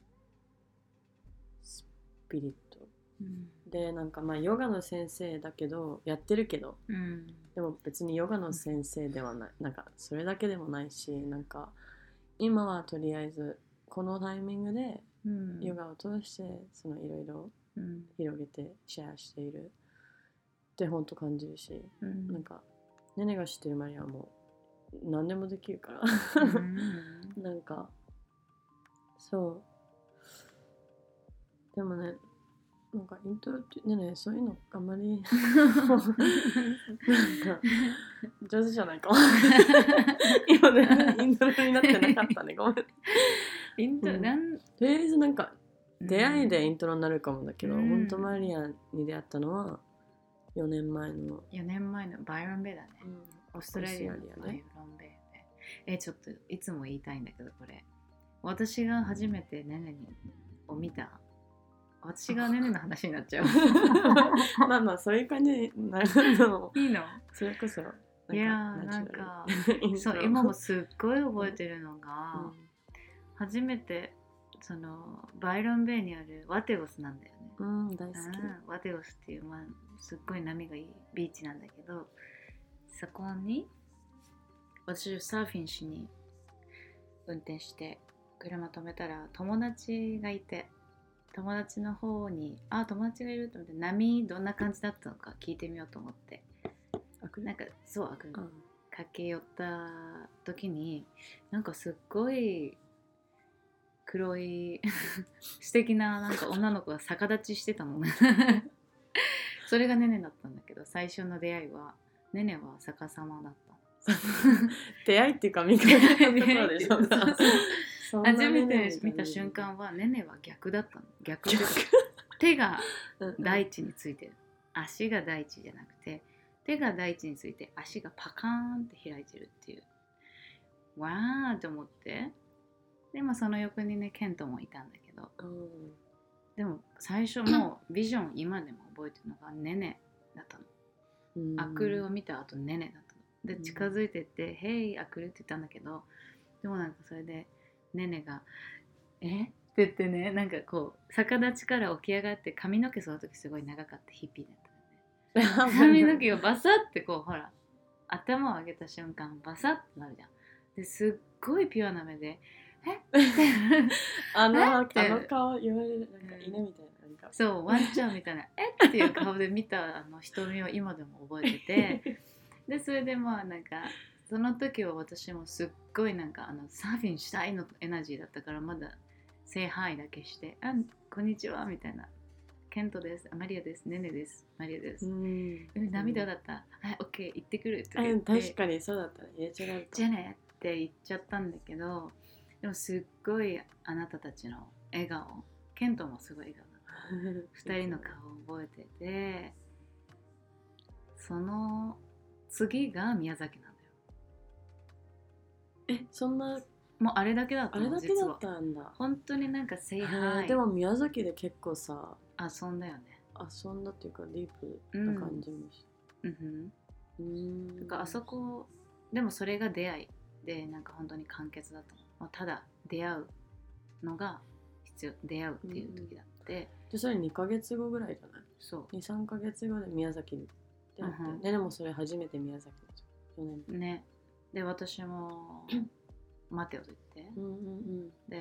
スピリット、うん、でなんかまあヨガの先生だけどやってるけど、うん、でも別にヨガの先生ではない、なんかそれだけでもないし、なんか今はとりあえずこのタイミングでうん、 ヨガを通してそのいろいろ広げてシェアしているって本当感じるし、 うん、 なんかねねが知ってるマリアはもう何でもできるからうん、 なんかそうでもねなんかイントロってねねそういうのあんまりなんか上手じゃないかも今ねイントロになってなかったねごめんイントロ、 うんなんとりあえずなんか出会いでイントロになるかもだけど、 うん、 本当マリアに出会ったのはよねんまえのよねんまえのバイロンベイだね、 うん、 オーストラリアのオーストラリアねバイロンベイで、えちょっといつも言いたいんだけどこれ私が初めてねねにを見た私がねねの話になっちゃうまあまあそういう感じになるのいいのそれこそなんかいやーなんかそう今もすっごい覚えてるのが、 うん、 初めてそのバイロンベイにあるワテゴスなんだよね、 うん、大好き、 うん、ワテゴスっていう、まあ、すっごい波がいいビーチなんだけどそこに私サーフィンしに運転して車止めたら友達がいて友達の方にあ友達がいると思って波どんな感じだったのか聞いてみようと思ってなんかそうあく、うん、駆け寄った時になんかすっごい黒い素敵ななんか女の子が逆立ちしてたのそれがねねだったんだけど最初の出会いはねねは逆さまだった出会いっていうか見かけたところでしょ初めて見た瞬間はねねは逆だったの逆で手が大地についてる足が大地じゃなくて手が大地について足がパカーンって開いてるっていうわーと思ってでもその横にねケントもいたんだけど、うん、でも最初もビジョン今でも覚えてるのがねねだったの、うん、アクルを見た後ねねだったので近づいてって「ヘイアクル」って言ったんだけどでもなんかそれでねねが「えっ?」て言ってねなんかこう逆立ちから起き上がって髪の毛その時すごい長かったヒッピーだったのね髪の毛がバサッてこうほら頭を上げた瞬間バサッてなるじゃんですっごいピュアな目でえあのあの顔言われるなんか犬みたいな、なんかそうワンちゃんみたいなえっていう顔で見たあの瞳を今でも覚えててでそれでまあなんかその時は私もすっごいなんかあのサーフィンしたいのエナジーだったからまだセイハイだけしてあこんにちはみたいなケントですマリアですねねですマリアですうん涙だったはいオッケー行ってくるって言って確かにそうだったね入れちゃうじゃあねって言っちゃったんだけどでもすっごいあなたたちの笑顔ケントもすごい笑顔だったふたりの顔を覚えててその次が宮崎なんだよえそんなもうあれだけだったのあれだけだったんだ本当になんかセイハイでも宮崎で結構さ遊んだよね遊んだっていうかディープな感じもし、 うんうん、だからあそこでもそれが出会いでなんか本当に完結だったのただ出会うのが必要出会うっていう時だって、 うん、でそれにかげつごぐらいじゃないそうにさんかげつごで宮崎に出会って、うん、ねでもそれ初めて宮崎でよねんねで私も待てよと言って、うんうんうん、で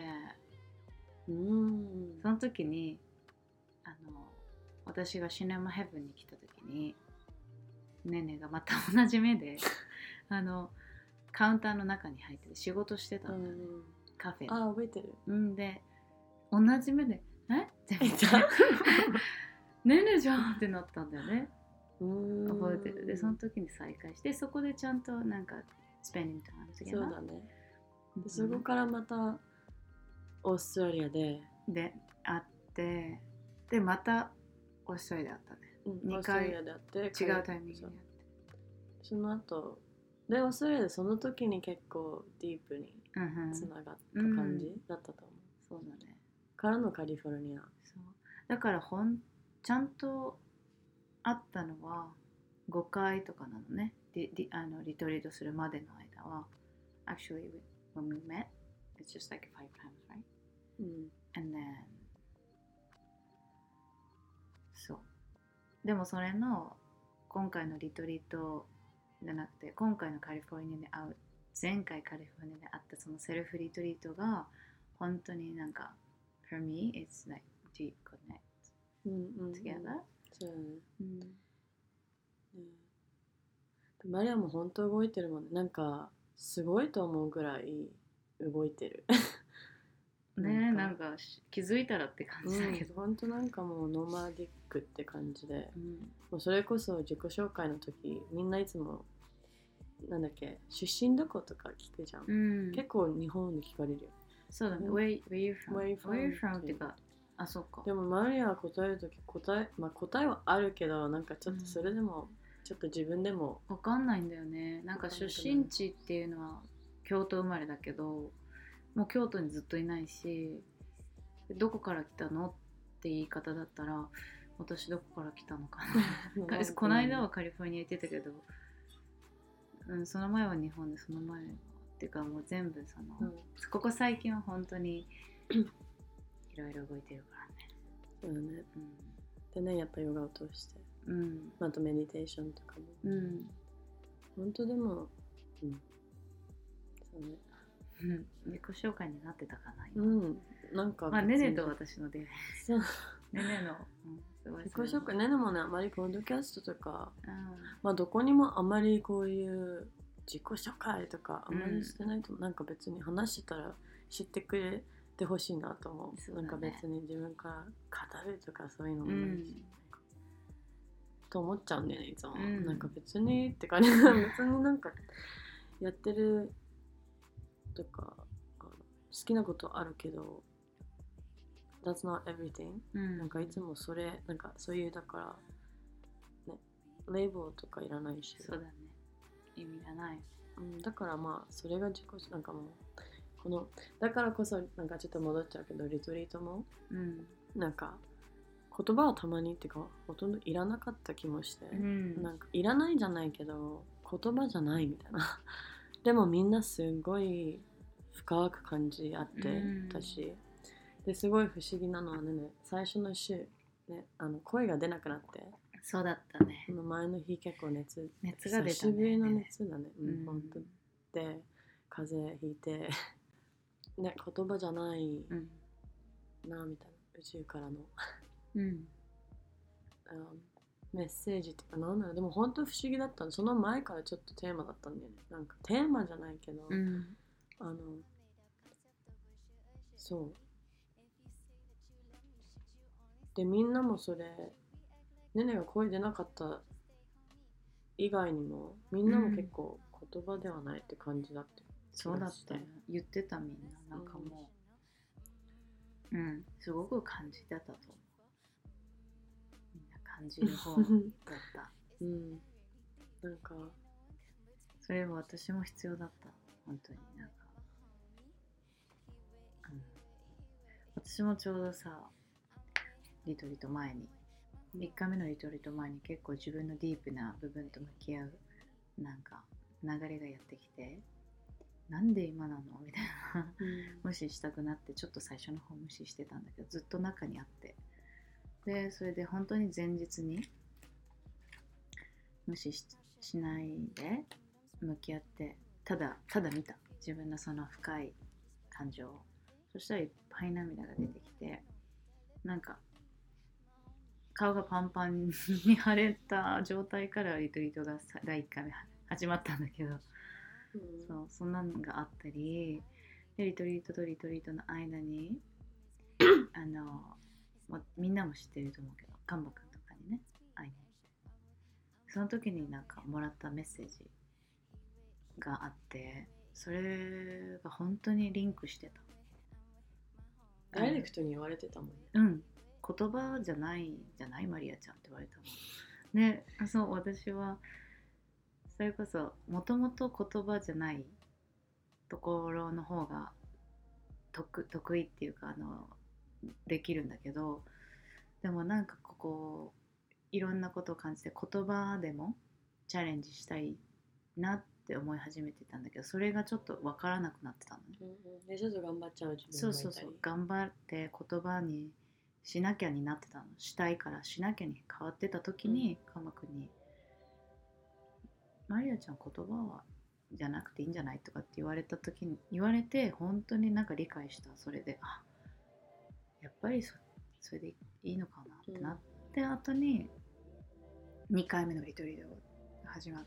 うんその時にあの私がシネマヘブンに来た時にねねがまた同じ目であのカウンターの中に入ってて仕事してたんだよね、うん、カフェであ覚えてるうんで同じ目でえって言ってねねじゃんってなったんだよねうん覚えてるでその時に再会してそこでちゃんとなんかスペインとかのそうだねでそこからまたオーストラリアでで会ってでまたオーストラリアで会ったね、 うん、にかい違うタイミングで会ってその後でオーストラリアでその時に結構ディープにつながった感じだったと思う、 うん、そうだねからのカリフォルニアそうだからほんちゃんと会ったのはごかいとかなのねリ, リ, あのリトリートするまでの間は actually when we met it's just like five times right、うん、and then そうでもそれの今回のリトリートじゃなくて今回のカリフォルニアで会う前回カリフォルニアで会ったそのセルフリトリートが本当になんか for me it's like deep connect うんうんうん together、 そうだね、 うんうん、マリアも本当動いてるもんね。なんかすごいと思うぐらい動いてるねえ、なんか気づいたらって感じだけど、 うん、本当なんかもうノマディックって感じで、 うん、 もうそれこそ自己紹介の時みんないつもなんだっけ出身どことか聞くじゃん、 うん、 結構日本で聞かれるよ。 そうだね、 うん where, where you from? Where you Where you from? from? っていうか、あ、そうか。 でもマリアは答える時答え、まあ、答えはあるけどなんかちょっとそれでも、ちょっと自分でもわかんないんだよね。なんか出身地っていうのは京都生まれだけど、もう京都にずっといないし、どこから来たのって言い方だったら、私どこから来たのかなこの間はカリフォルニア行ってたけど、うん、その前は日本で、その前はっていうかもう全部その、うん、ここ最近は本当にいろいろ動いてるからね。 そうだね、うん、でねやっぱヨガを通して、うん、あとメディテーションとかも、うん、本当でも、うん、そうね、 うん、自己紹介になってたかな今、 うん、なんかまあねねと私の出会いそうねねの、うん、 すごい自己紹介ねねもねあまりポッドキャストとか、 うん、 まあどこにもあまりこういう自己紹介とかあまりしてないと、うん、なんか別に話してたら知ってくれてほしいなと思う、ね、なんか別に自分から語るとかそういうのもないし、うん、と思っちゃうんだよねいつも、うん、なんか別にって感じ別になんかやってるとか好きなことあるけど That's not everything、うん、なんかいつもそれなんかそういうだからねレーベルとかいらないし、 そうだね、意味がない、 うん、だからまあそれが自己なんかもうこのだからこそなんかちょっと戻っちゃうけどリトリートも、うん、なんか言葉はたまにっていうかほとんどいらなかった気もして、うん、なんかいらないじゃないけど言葉じゃないみたいなでもみんなすごい深く感じ合ってたし、うん、ですごい不思議なのはね最初の週、ね、あの声が出なくなってそうだったね、 前の日結構熱熱が出たね、 久しぶりの熱だね、うん、本当で風邪ひいてね言葉じゃない、うん、なみたいな宇宙からの、うん、あのメッセージっていうかなんだろうでも本当不思議だったのその前からちょっとテーマだったんだよねなんかテーマじゃないけど、うん、あのそうでみんなもそれねねが声出なかった以外にもみんなも結構言葉ではないって感じだって、うん、 そうだったよ言ってたみんななんかもう、うん、うん、すごく感じてたと思うみんな感じる方だったうんなんかそれは私も必要だった本当になんか、うん、私もちょうどさリトリート前にいっかいめのリトリート前に結構自分のディープな部分と向き合うなんか流れがやってきてなんで今なのみたいな、うん、無視したくなってちょっと最初の方無視してたんだけどずっと中にあってでそれで本当に前日に無視 し, しないで向き合ってただただ見た自分のその深い感情をそしたらいっぱい涙が出てきてなんか顔がパンパンに腫れた状態からリトリートがだいいっかいめ始まったんだけど、うん、そうそんなのがあったりでリトリートとリトリートの間にあのもうみんなも知ってると思うけどカンバ君とかにね会いにその時になんかもらったメッセージがあってそれが本当にリンクしてたダイレクトに言われてたもんねうん言葉じゃないじゃないマリアちゃんって言われたのねそう私はそれこそもともと言葉じゃないところの方が 得, 得意っていうかあのできるんだけどでもなんかここいろんなことを感じて言葉でもチャレンジしたいなって思い始めてたんだけどそれがちょっと分からなくなってたのね、 うんうん、でちょっと頑張っちゃう自分がいたりそうそうそう頑張って言葉にしなきゃになってたのしたいからしなきゃに変わってた時に、うん、カマ君にマリアちゃん言葉はじゃなくていいんじゃないとかって言われた時に言われて本当になんか理解したそれであやっぱり そ, それでいいのかなってなって、うん、後ににかいめのリトリートが始まって、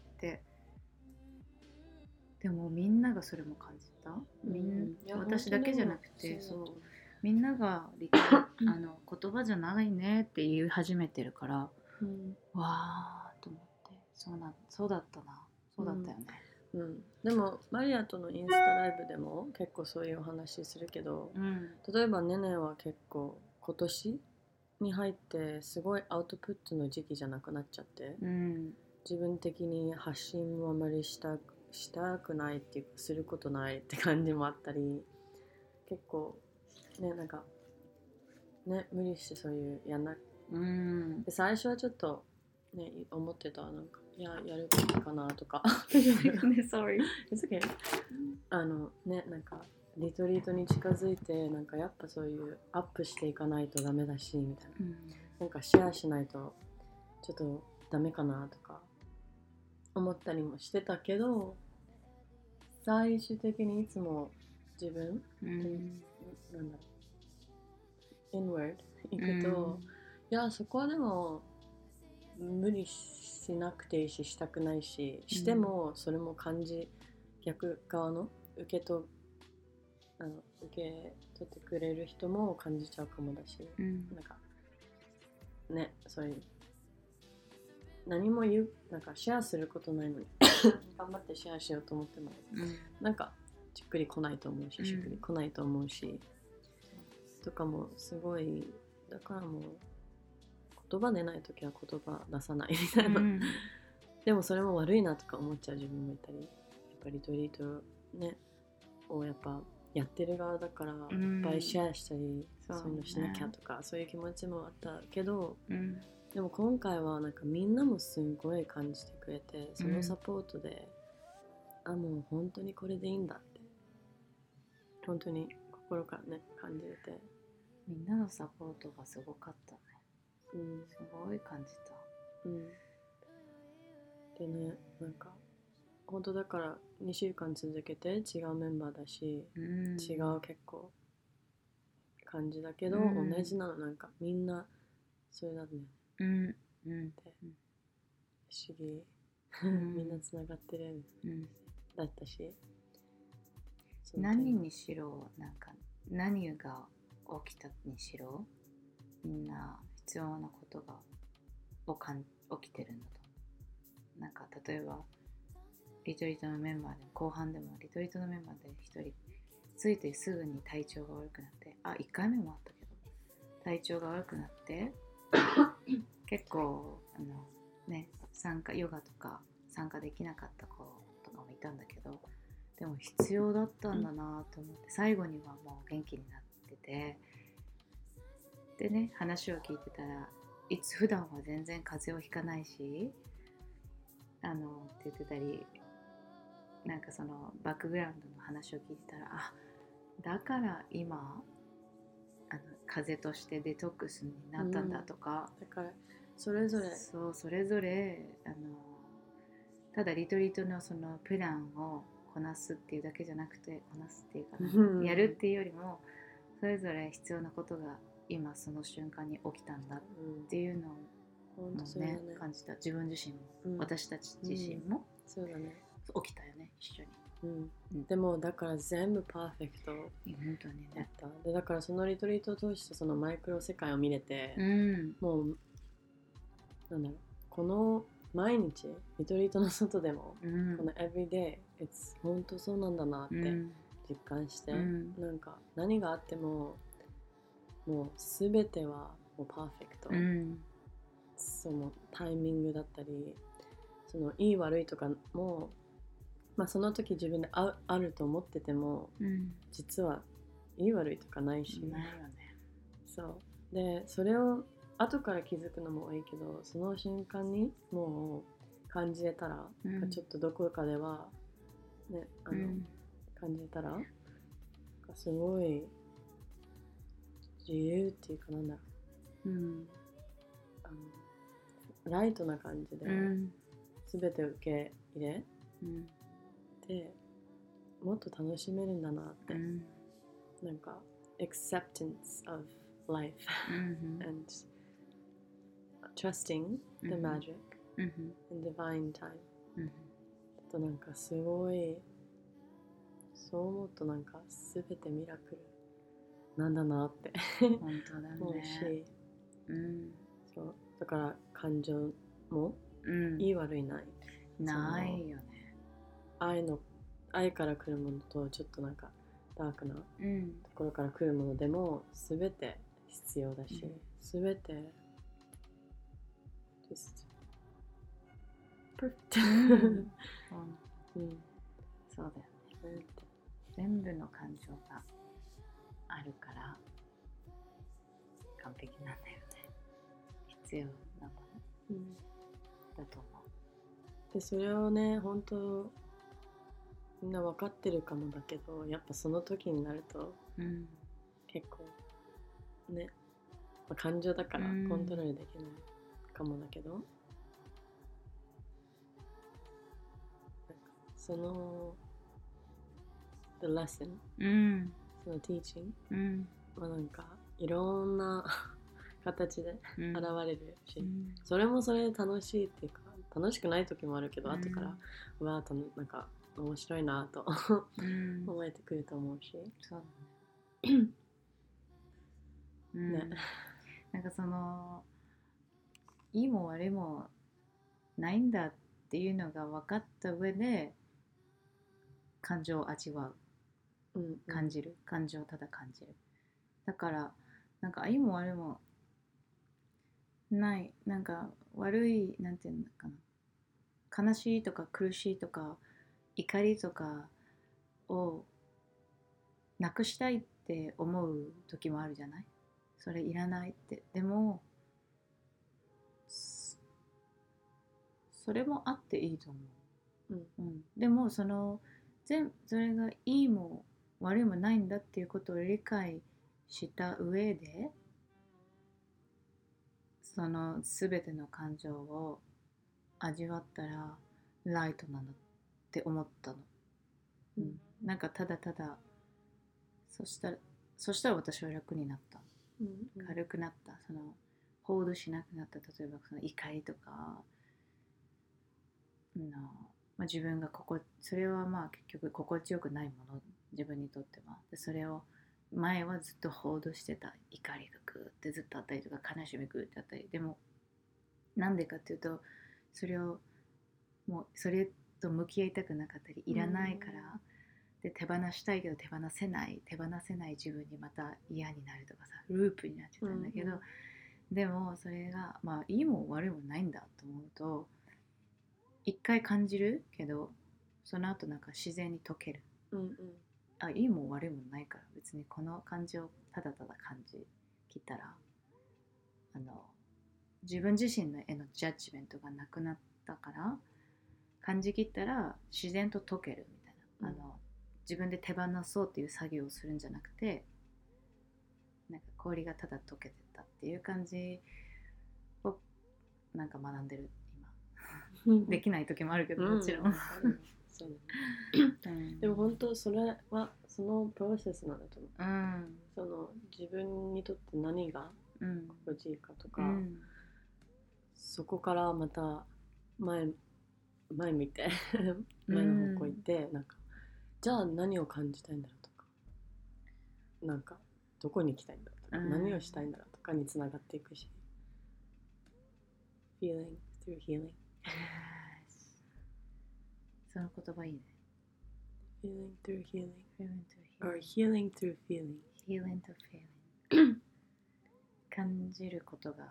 でもみんながそれも感じた、みん、うん、私だけじゃなくて、そうそうみんながリトあの言葉じゃないねって言い始めてるから、うん、わーと思って、そうな、そうだったな、そうだったよね、 うんうん、でもマリアとのインスタライブでも結構そういうお話するけど、うん、例えばネネは結構今年に入ってすごいアウトプットの時期じゃなくなっちゃって、うん、自分的に発信をあまりしたくしたくないっていうかすることないって感じもあったり、結構ねなんかね無理してそういうやんな、うん、で最初はちょっとね思ってた、なんかいややるべきかなとか sorry It's okay あのねなんかリトリートに近づいてなんかやっぱそういうアップしていかないとダメだしみたいな、うん、なんかシェアしないとちょっとダメかなとか思ったりもしてたけど、最終的にいつも自分、うん、なんだろう inward 行くと、うん、いやそこはでも無理しなくていいししたくないし、してもそれも感じ、逆側の受けとあの受け取ってくれる人も感じちゃうかもだし、うん、なんかねそういう何も言うなんかシェアすることないのに頑張ってシェアしようと思っても、うん、なんかしっくり来ないと思うし、しっくり来ないと思うし、うん、とかもすごい、だからもう言葉出ないときは言葉出さないみたいな、うん、でもそれも悪いなとか思っちゃう自分もいたり、やっぱりリトリートねをやっぱやってる側だからいっぱいシェアしたり、うん、そういうのしなきゃとかそういう気持ちもあったけど、うん、でも今回はなんかみんなもすごい感じてくれて、そのサポートで、うん、あもう本当にこれでいいんだって本当に心からね感じれて、 みんなのサポートがすごかったね、うん、すごい感じた、うん、 でねなんか本当だからにしゅうかん続けて違うメンバーだし、うん、違う結構感じだけど、うん、同じなの、なんかみんなそれなんだよね、うんうん、って不思議、うん、みんなつながってる、うん、だったし、 何にしろなんか何が起きたにしろみんな必要なことが起きてるんだと。なんか例えばリトリートのメンバーで後半でもリトリートのメンバーで一人ついてすぐに体調が悪くなって、あいっかいめもあったけど体調が悪くなって結構あのね参加ヨガとか参加できなかった子とかもいたんだけど、でも必要だったんだなと思って、最後にはもう元気になってて、でね話を聞いてたらいつ普段は全然風邪をひかないしあのって言ってたり、なんかそのバックグラウンドの話を聞いてたら、あだから今あの風邪としてデトックスになったんだとか、 うん、だからそれぞれそうそれぞれあのただリトリートのそのプランをこなすっていうだけじゃなくて、こなすっていうかな、うん、やるっていうよりもそれぞれ必要なことが今その瞬間に起きたんだっていうのを、うんねね、感じた。自分自身も、うん、私たち自身も、うん、 そうだね、 起きたよね一緒に、 うんうん、でもだから全部パーフェクトだった、ね、でだからそのリトリートを通してそのマイクロ世界を見れて、うん、もうなんだろう、この毎日リトリートの外でも、うん、この everyday it's 本当そうなんだなって実感して、うん、なんか何があってももう全てはもうパーフェクト、うん、そのタイミングだったりそのいい悪いとかも、まあ、その時自分で あ, あると思ってても、うん、実はいい悪いとかないし、 ないよね。 そうでそれを後から気づくのもいいけど、その瞬間にもう感じれたら、うん、ちょっとどこかではねあの、うん、感じれたらすごい自由っていうかなんだろう、うん、あのライトな感じで全てを受け入れ、うん、でもっと楽しめるんだなって、うん、なんか acceptance of life Mhm. and trusting the Mhm. magic Mhm. and divine time うんあとなんかすごいそう思うとなんか全てミラクルなんだなって本当だ思うし、 ね。うんそうだから感情もうんいい悪いないないよね。 愛の愛から来るものとちょっとなんかダークなうんところから来るものでも全て必要だし、 うん全て just perfect うんうんそうだよね。全部の感情があるから完璧なんだよね。必要なもうんのだと思でそれをね本当みんな分かってるかもだけどやっぱその時になるとう。うん結構ね、まあ、感情だからうんコントロールできないかもだけど、なんかその the lesson うんその teaching うんはなんかいろんな形でうん現れるし、 うんそれもそれで楽しいっていうか楽しくない時もあるけど、 うん後からうわーとなんか面白いなとうん思えてくると思うし、 そうだね。うんねなんかそのいいも悪いもないんだっていうのが分かった上で感情を味わううん感じる、感情をただ感じる。だからなんかいいも悪いもないなんか悪いなんていうのかな悲しいとか苦しいとか怒りとかをなくしたいって思う時もあるじゃない。それいらないって。でもそそれもあっていいと思う。 うんうん、でもその全それがいいも悪いもないんだっていうことを理解した上でその全ての感情を味わったらライトなんだって思ったの、 ううんん、なんかただただそしたらそしたら私は楽になった、 うん軽くなった、そのホールドしなくなった。例えばその怒りとかの、まあ、自分がここそれはまあ結局心地よくないもの自分にとっては。でそれを前はずっとホールドしてた怒りがグーってずっとあったりとか悲しみグーってあったり、でもなんでかっていうとそれをもうそれと向き合いたくなかったりいらないから、で手放したいけど手放せない手放せない自分にまた嫌になるとかさループになっちゃったんだけど、 うんうんでもそれがまあいいも悪いもないんだと思うと一回感じるけどその後なんか自然に解ける。 うんうんあいいも悪いもないから別にこの感じをただただ感じきったらあの自分自身のへのジャッジメントがなくなったから感じきったら自然と解けるみたいな、 うんあの自分で手放そうっていう作業をするんじゃなくてなんか氷がただ溶けてったっていう感じをなんか学んでる今できない時もあるけどもちろん、 うんそうだね、 うんでも本当それはそのプロセスなんだと思う。 うんその自分にとって何がうん心地いいかとか、 うんそこからまた前前見て前の方向行って、なんかじゃあ何を感じたいんだろうとか、なんかどこに行きたいんだろうとか、 うん何をしたいんだろうとかにつながっていくし、feeling through healing その言葉いいね。 feeling through healing Feeling to or healing through feeling healing to feeling 感じることが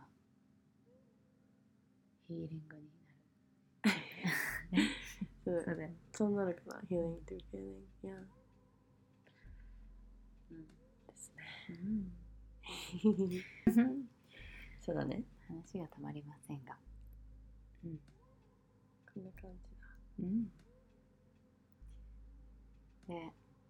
ヒーリングになるそうそうだよね、 そうなるかな healing through feeling yeah うんですうんねそうだね話が止まりませんが、うんこんな感じだうんで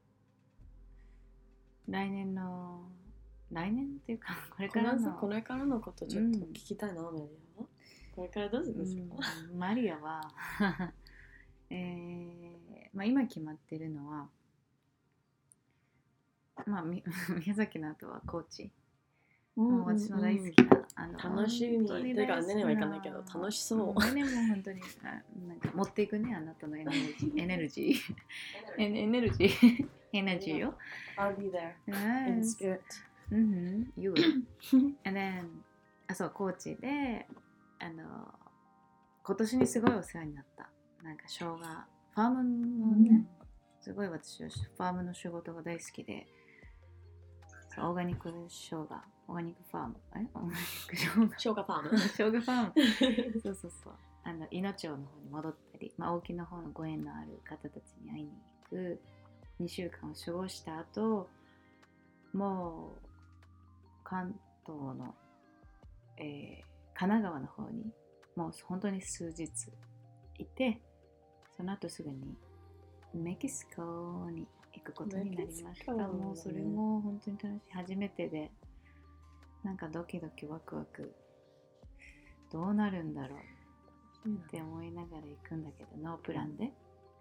来年の来年っていうかこれこからののこれからのことちょっと聞きたいな、メリアはこれからどうするんですか、 うんマリアは、えーまあ、今決まってるのは、まあ、み宮崎の後は高知もう私の大好きな、あの楽しみ本当にてか大好きなねねはいかないけど楽しそううんねねも本当にあなんか持っていくね、あなたのエネルギーエネルギーエネエネルギーエネルギーよ。 I'll be there in Yes. spirit. Mhm. You will. And then あそう高知であの今年にすごいお世話になったなんか生姜ファームのね、すごい私はファームの仕事が大好きで、そうオーガニック生姜オーガニックファームえオーガニック生姜生姜ファーム生姜ファームそうそうそう、あの伊野町の方に戻ったり、まあ、大きな方のご縁のある方たちに会いに行くにしゅうかんを過ごした後、もう関東の、えー神奈川の方にもう本当に数日いて、その後すぐにメキシコに行くことになりました。もうそれも本当に楽しい、初めてで、なんかドキドキワクワクどうなるんだろうって思いながら行くんだけど、ノープランで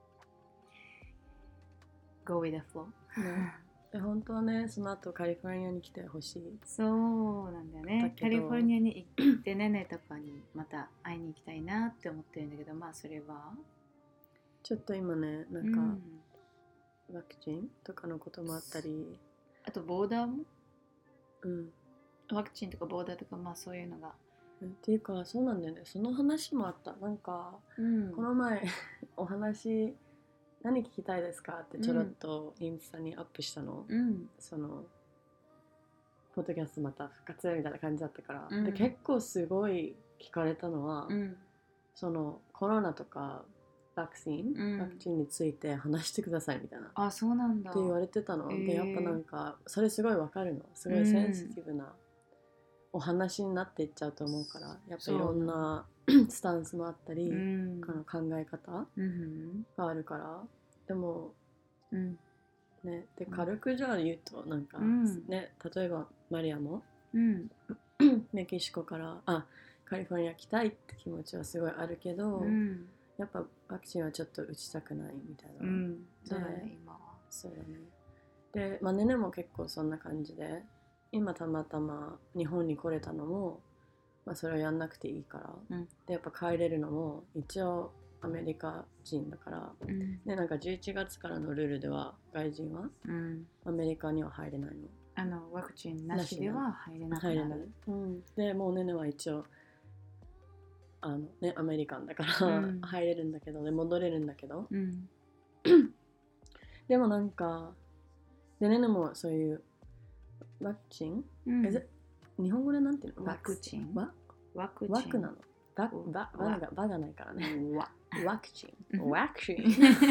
Go with the flow、 ね、で本当はねその後カリフォルニアに来てほしい。 そうなんだよね。カリフォルニアに行ってねねとかにまた会いに行きたいなって思ってるんだけど、まあそれはちょっと今ねなんか、うん、ワクチンとかのこともあったり、 あとボーダーも、 うん、 ワクチンとかボーダーとかまあそういうのが、 っていうかそうなんだよね、その話もあった。なんか、うん、この前お話何聞きたいですかってちょろっとインスタにアップしたの、うん、そのポッドキャストまた復活みたいな感じだったから、うん、で結構すごい聞かれたのは、うん、そのコロナとかワクチン、うん、ワクチンについて話してくださいみたいな、 あ、そうなんだって言われてたの、えー、でやっぱなんかそれすごいわかるの、すごいセンシティブなお話になっていっちゃうと思うから、やっぱいろんなスタンスもあったり、うん、あの考え方があるから、でも、うんね、で軽くじゃあ言うとなんか、うん、ね、例えばマリアも、うん、メキシコからあカリフォルニア来たいって気持ちはすごいあるけど、うん、やっぱワクチンはちょっと打ちたくないみたいな、うん、 そうだね今は。 そうだね。で、まあ、ネネも結構そんな感じで、今たまたま日本に来れたのも、まあ、それをやんなくていいから、うん、でやっぱ帰れるのも一応アメリカ人だから、うん、でなんかじゅういちがつからのルールでは外人はアメリカには入れないの、 あのワクチンなしでは入れなくなる。入れない、 うん、でもうネネは一応あの、ね、アメリカンだから、うん、入れるんだけど、で戻れるんだけど、うん、でもなんかでネネもそういうワクチン、うん、え日本語でなんていうの？ ワクチン。 ワワクチン。ワクなの。バババがバがないからね。ワワクチン。ワクチン。ワク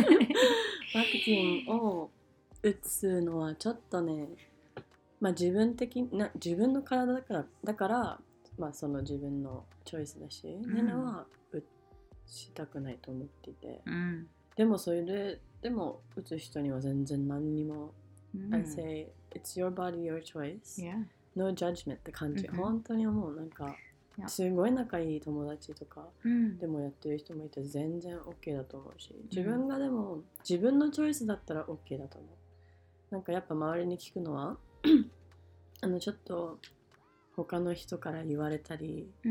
チンを打つのはちょっとね、まあ自分的な自分の体だからだからまあその自分のチョイスだし、うん、ネネは打ちたくないと思っていて、うん、でもそれででも打つ人には全然何にも、うん、I say it's your body, your choice、yeah. no judgment って感じ、mm-hmm. 本当に思う。なんかすごい仲いい友達とかでもやってる人もいて全然 OK だと思うし、自分がでも自分のチョイスだったら OK だと思う。なんかやっぱ周りに聞くのはあのちょっと他の人から言われたり、うん、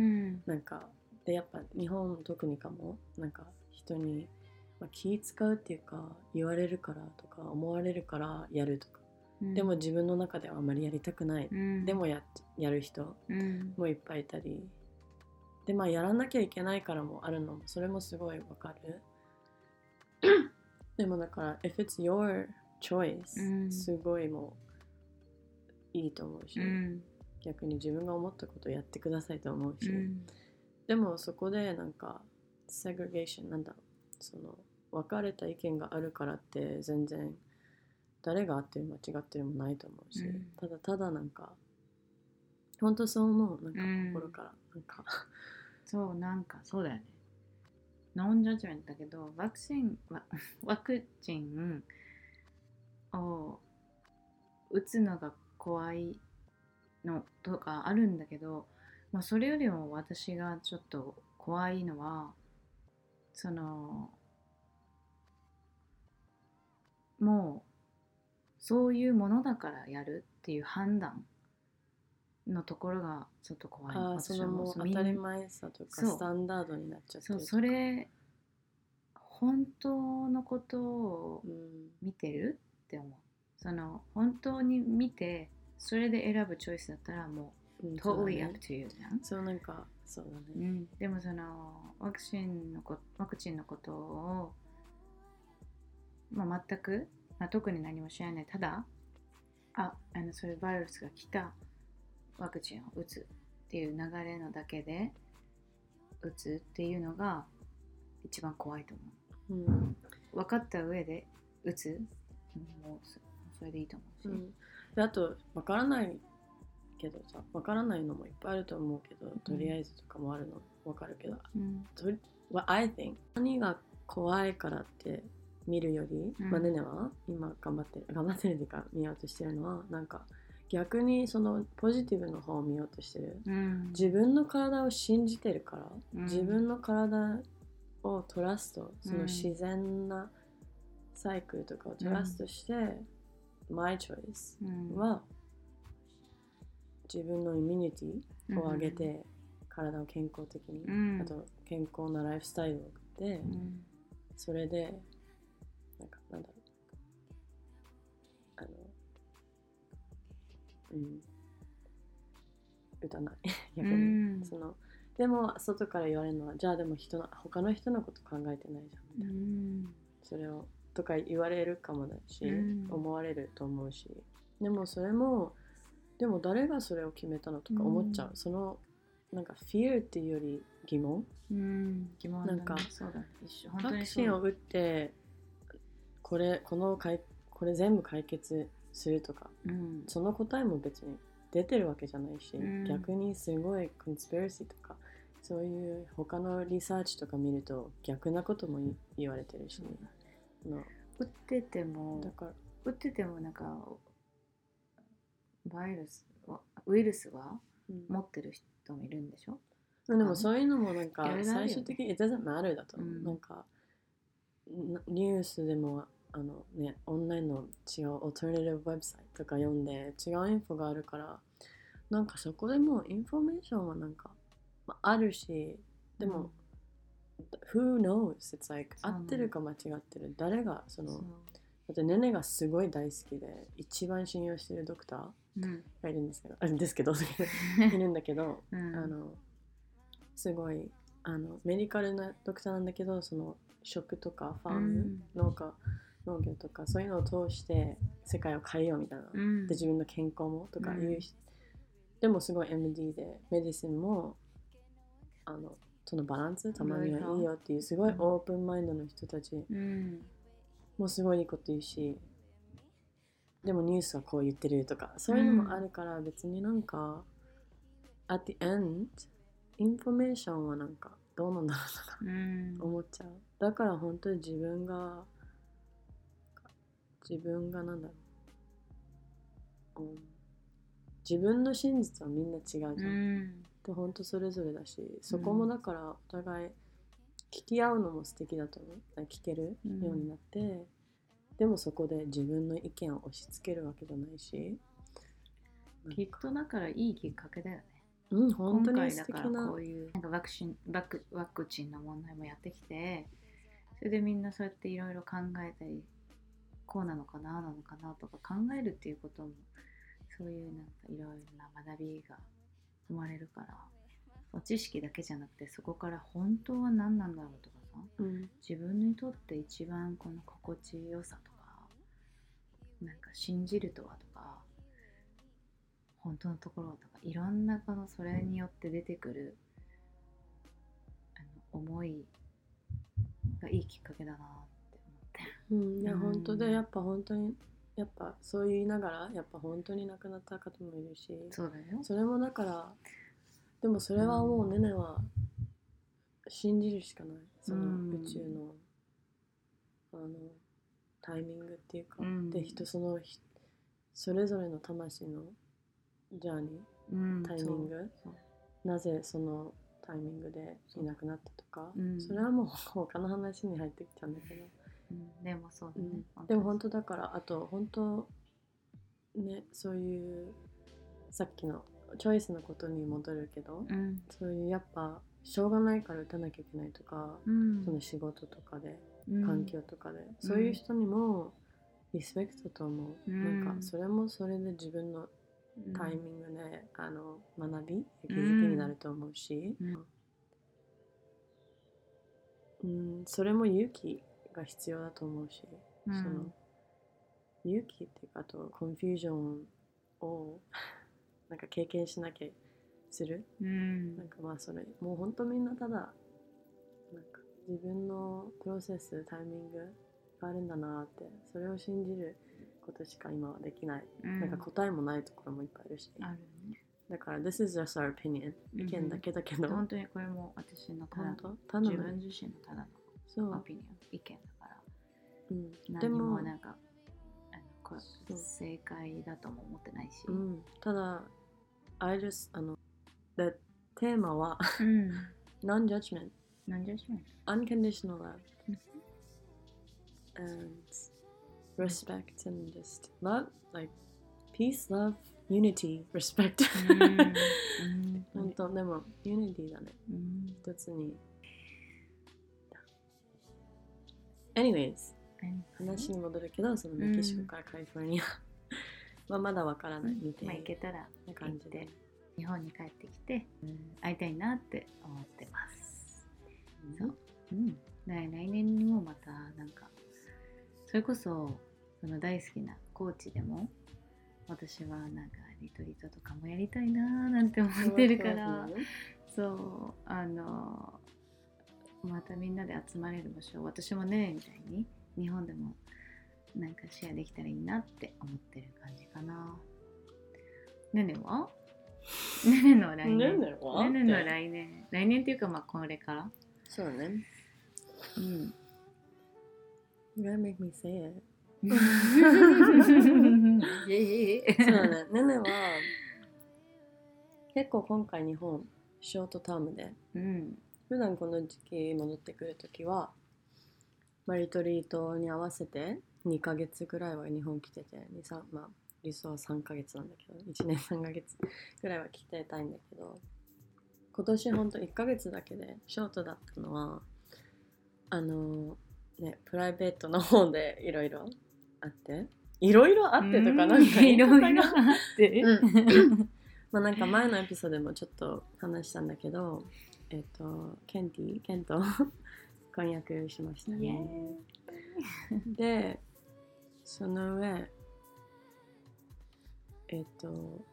なんかでやっぱ日本特にかもなんか人に、まあ、気使うっていうか言われるからとか思われるからやるとか、うん、でも自分の中ではあまりやりたくない、うん、でも や, やる人もいっぱいいたり、でまあやらなきゃいけないからもあるのもそれもすごいわかるでもだから if it's your choice、うん、すごいもういいと思うし、うん、逆に自分が思ったことをやってくださいと思うし、うん、でもそこでなんかセグレゲーションなんだろう、その分かれた意見があるからって全然誰が合ってる間違ってるもないと思うし、うん、ただただなんか本当そう思う、なんか心から、うん、なんかそうなんかそうだよね、ノンジャッジメントだけどワクチンワ, ワクチンを打つのが怖いのとかあるんだけど、まあ、それよりも私がちょっと怖いのはそのもうそういうものだからやるっていう判断のところがちょっと怖い。 ああ、そのもう当たり前さとかスタンダードになっちゃってそう、 る。 それ本当のことを見てる、うん、って思う。その本当に見てそれで選ぶチョイスだったらもう、うん、totally up to you じゃん。 そう、なんかそうだね、 うん、でもそのワクチンのこワクチンのことを、まあ、全く、まあ、特に何も知らない、ただああのそういうバイオスが来たワクチンを打つっていう流れのだけで打つっていうのが一番怖いと思う、うん、分かった上で打つ、もうそれでいいと思うし、うん、 であと分からないけどさ、分からないのもいっぱいあると思うけど、とりあえずとかもあるの分かるけど、うん、What I think 何が怖いからって見るより、うん、まあねねは今頑張ってる頑張ってるっていうか見ようとしてるのはなんか逆にそのポジティブの方を見ようとしてる、うん、自分の体を信じてるから、うん、自分の体をトラスト、その自然なサイクルとかをトラストして、うん、My choice は、自分のイミュニティを上げて、うん、体を健康的に、うん、あと健康なライフスタイルを送って、うん、それでなんかなんだろう、あのうん打たない逆に、うん、そのでも外から言われるのはじゃあでも人の他の人のこと考えてないじゃんみたいな、うん、それをとか言われるかもだし、うん、思われると思うし、でもそれもでも誰がそれを決めたのとか思っちゃう、うん、そのなんか fear っていうより疑問、 うん、疑問だね、 なんかそうだね、一緒、 ワクチンを打ってこれこのかいこれ全部解決するとか、うん、その答えも別に出てるわけじゃないし、うん、逆にすごいコンスピラシーとかそういう他のリサーチとか見ると逆なことも言われてるし、 うん、の打っててもだから打っててもなんかバイルスウイルスは持ってる人もいるんでしょ、 うん、でもそういうのもなんか最終的に It doesn't matter だと思う、うん、なんかニュースでもあのね、オンラインの違うオルタナティブウェブサイトとか読んで違うインフォがあるからなんかそこでもインフォメーションはなんか、まあ、あるしでも、うん、Who knows? It's like 合ってるか間違ってる誰がそのだってネネがすごい大好きで一番信用してるドクターがいるんですけど、うん、ですけどいるんだけど、うん、あのすごいあのメディカルなドクターなんだけどその食とかファーム、うん、農家農業とかそういうのを通して世界を変えようみたいな、うん、で自分の健康もとかいう、うん、でもすごい エムディー でメディシンもあのそのバランスたまにはいいよっていうすごいオープンマインドの人たち、うん、もうすごいいいこと言うしでもニュースはこう言ってるとかそういうのもあるから別になんか、うん、at the end インフォメーションはなんかどうなんだろうとか思っちゃう、だから本当に自分が自分がなんだろう、うん、自分の真実はみんな違うじゃん、うん、で本当それぞれだしそこもだからお互い聞き合うのも素敵だと思う、聞けるようになって、うん、でもそこで自分の意見を押し付けるわけじゃないしきっとだからいいきっかけだよね、 うん、本当に素敵な今回だからこういうなんかワクチン、ワク、ワクチンの問題もやってきてそれでみんなそうやっていろいろ考えたりこうなのかななのかなとか考えるっていうこともそういうなんかいろいろな学びが生まれるから知識だけじゃなくてそこから本当は何なんだろうとかさ、うん、自分にとって一番この心地よさとかなんか信じるとはとか本当のところとかいろんなこのそれによって出てくるあの思いがいいきっかけだなって思ってる、うん、いや本当でやっぱ本当にやっぱそう言いながらやっぱ本当に亡くなった方もいるしそうだよそれもだからでもそれはもうネネは信じるしかないその宇宙のあのタイミングっていうか、うん、で人そのそれぞれの魂のジャーニー、うん、タイミングなぜそのタイミングでいなくなったとか そ,、うん、それはもう他の話に入ってきちゃうんだけど、 うん、でもそうだね、 うん、でも本当だからあと本当ねそういうさっきのチョイスのことに戻るけど、 うん、 そういうやっぱしょうがないから打たなきゃいけないとか、 うん、 その仕事とかで、 うん、 環境とかで、そういう人にもリスペクトと思う、 うん、 なんかそれもそれで自分のタイミングで、あの学び気づきになると思うし、 うんうん、それも勇気が必要だと思うし、 うん、 その勇気っていうか、あとコンフュージョンをなんか経験しなきゃする、 うん、 なんかまあそれもう本当みんなただなんか自分のプロセスタイミングがあるんだなって、それを信じることしか今はできない、 うん、 なんか答えもないところもいっぱいあるし、 あるね。 だから This is just our opinion、 意見だけだけど、 本当にこれも私のただの本当ただの自分自身のただそうのオピニオン、意見だから、 うん、で何ももなんかあのこそう正解だとも思ってないし、 うん、ただ I just あのでテーマはうん、 non-judgment、 何じゃしない unconditional love うん and respect and just love, like peace, love, unity, respect うんうん本当でも unity だね、 うん一つに。 anyways 話に戻るけど、そのメキシコからカリフォルニアはまだわからないみたいまあ行けたらな感じで、 日本に帰ってきて、うん、会いたいなって思ってます。そう、うん、来来年にもまたなんかそれこそその大好きな高知でも私はなんかリトリートとかもやりたいなーなんて思ってるから、そうあのまたみんなで集まれる場所、私もねみたいに日本でもなんかシェアできたらいいなって思ってる感じかな。ねねはねねの来年。 ねねはねねの来年。来年っていうかまあこれから。 そうね。 うん。 You gotta make me say it いえいえそうだね。ねねは結構今回日本ショートタームで、 うん、 普段この時期戻ってくるときは、まあ、リトリートに合わせてにかげつぐらいは日本来てて、にさんまあ理想はさんかげつなんだけど、いちねんさんかげつぐらいは来てたいんだけど、今年ほんといっかげつだけでショートだったのは、あのね、プライベートの方でいろいろあって、いろいろあってとかなんかいろいろあって、 うんまあなんか前のエピソードでもちょっと話したんだけど、えっとケンティケンと婚約しましたね。でその上えっと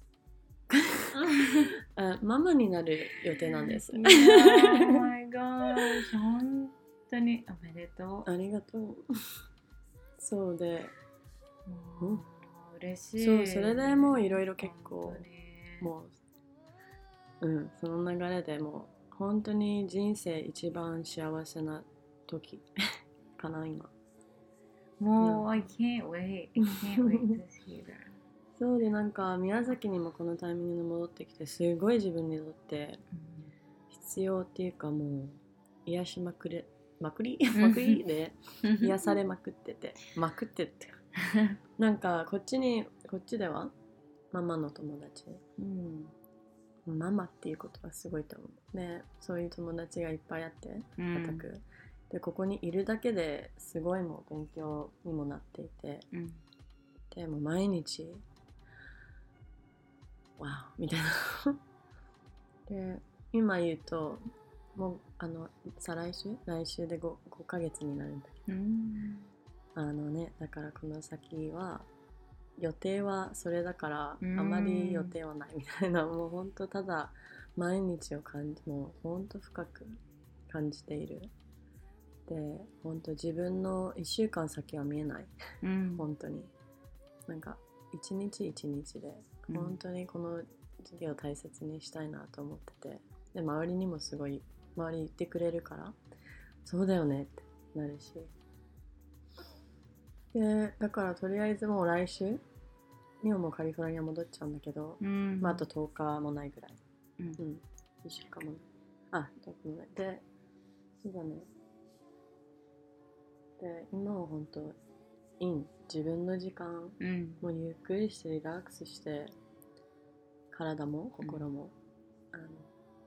あママになる予定なんです。 Oh my gosh 本当におめでとう。 ありがとう。そうで、 うん、嬉しい。 そうそれでもういろいろ結構もううんその流れでもう本当に人生一番幸せな時かな今。 もう I can't wait I can't wait to see that そうでなんか宮崎にもこのタイミングで戻ってきて、すごい自分にとって必要っていうか、もう癒しまくれまくりまくりで癒されまくっててまくってってなんかこっちにこっちではママの友達、うん、ママっていうことはすごいと思うね。そういう友達がいっぱいあって固く、うん、でここにいるだけですごいもう勉強にもなっていて、うん、でも毎日わおみたいなで今言うともうあの再来週来週で 5, 5ヶ月になるんだけど、うん、あのねだからこの先は予定はそれだから、うん、あまり予定はないみたいな、もうほんとただ毎日を感じもうほんと深く感じている。でほんと自分のいっしゅうかん先は見えない、うん、本当になんか一日一日で本当にこの時期を大切にしたいなと思ってて、で周りにもすごい周り言ってくれるからそうだよねってなるし、でだからとりあえずもう来週にはもうカリフォルニア戻っちゃうんだけど、うんまあ、あととおかもないぐらい、うんうん、いっしゅうかんもないあとおかもないでそうだね。で今は本当イン自分の時間、うん、もうゆっくりしてリラックスして体も心も、うん、あの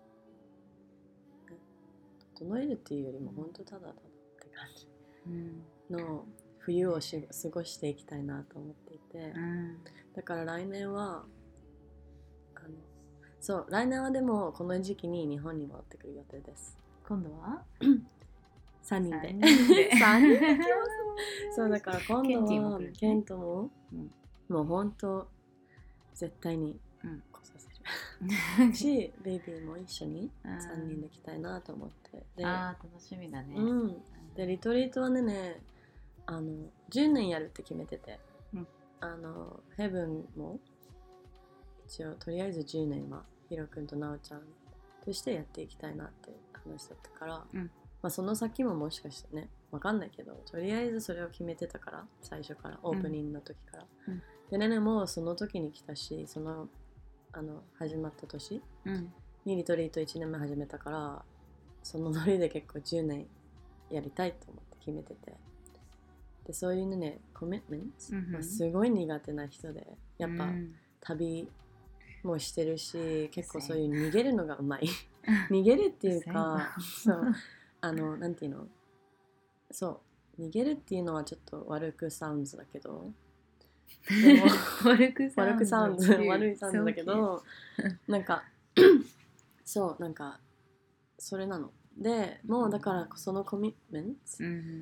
整えるっていうよりも本当ただただって感じの冬をし過ごしていきたいなと思っていて、うん、だから来年はあのそう来年はでもこの時期に日本に戻ってくる予定です。 今度はさんにんでさんにんでそうだから今度はケントも、うん、もう本当絶対に来させる、うん、しベイビーも一緒にさんにんで来たいなと思って、 であー楽しみだね、 うん、でリトリートはねねあのじゅうねんやるって決めてて、うん、あのヘブンも一応とりあえずじゅうねんはヒロ君とナオちゃんとしてやっていきたいなって話だったから、うんまあ、その先ももしかしてね分かんないけどとりあえずそれを決めてたから最初からオープニングの時から、うん、でねねもその時に来たしそのあの始まった年にリトリートいちねんめ始めたからそのノリで結構じゅうねんやりたいと思って決めててでそういうねコミットメント、うんまあ、すごい苦手な人でやっぱ旅もしてるし結構そういう逃げるのがうまい逃げるっていうかそうあのなんていうのそう逃げるっていうのはちょっと悪くサウンズだけどでも悪くサウンズ悪いサウンズだけどなんかそうなんかそれなのでもうだからそのコミットメント、うん、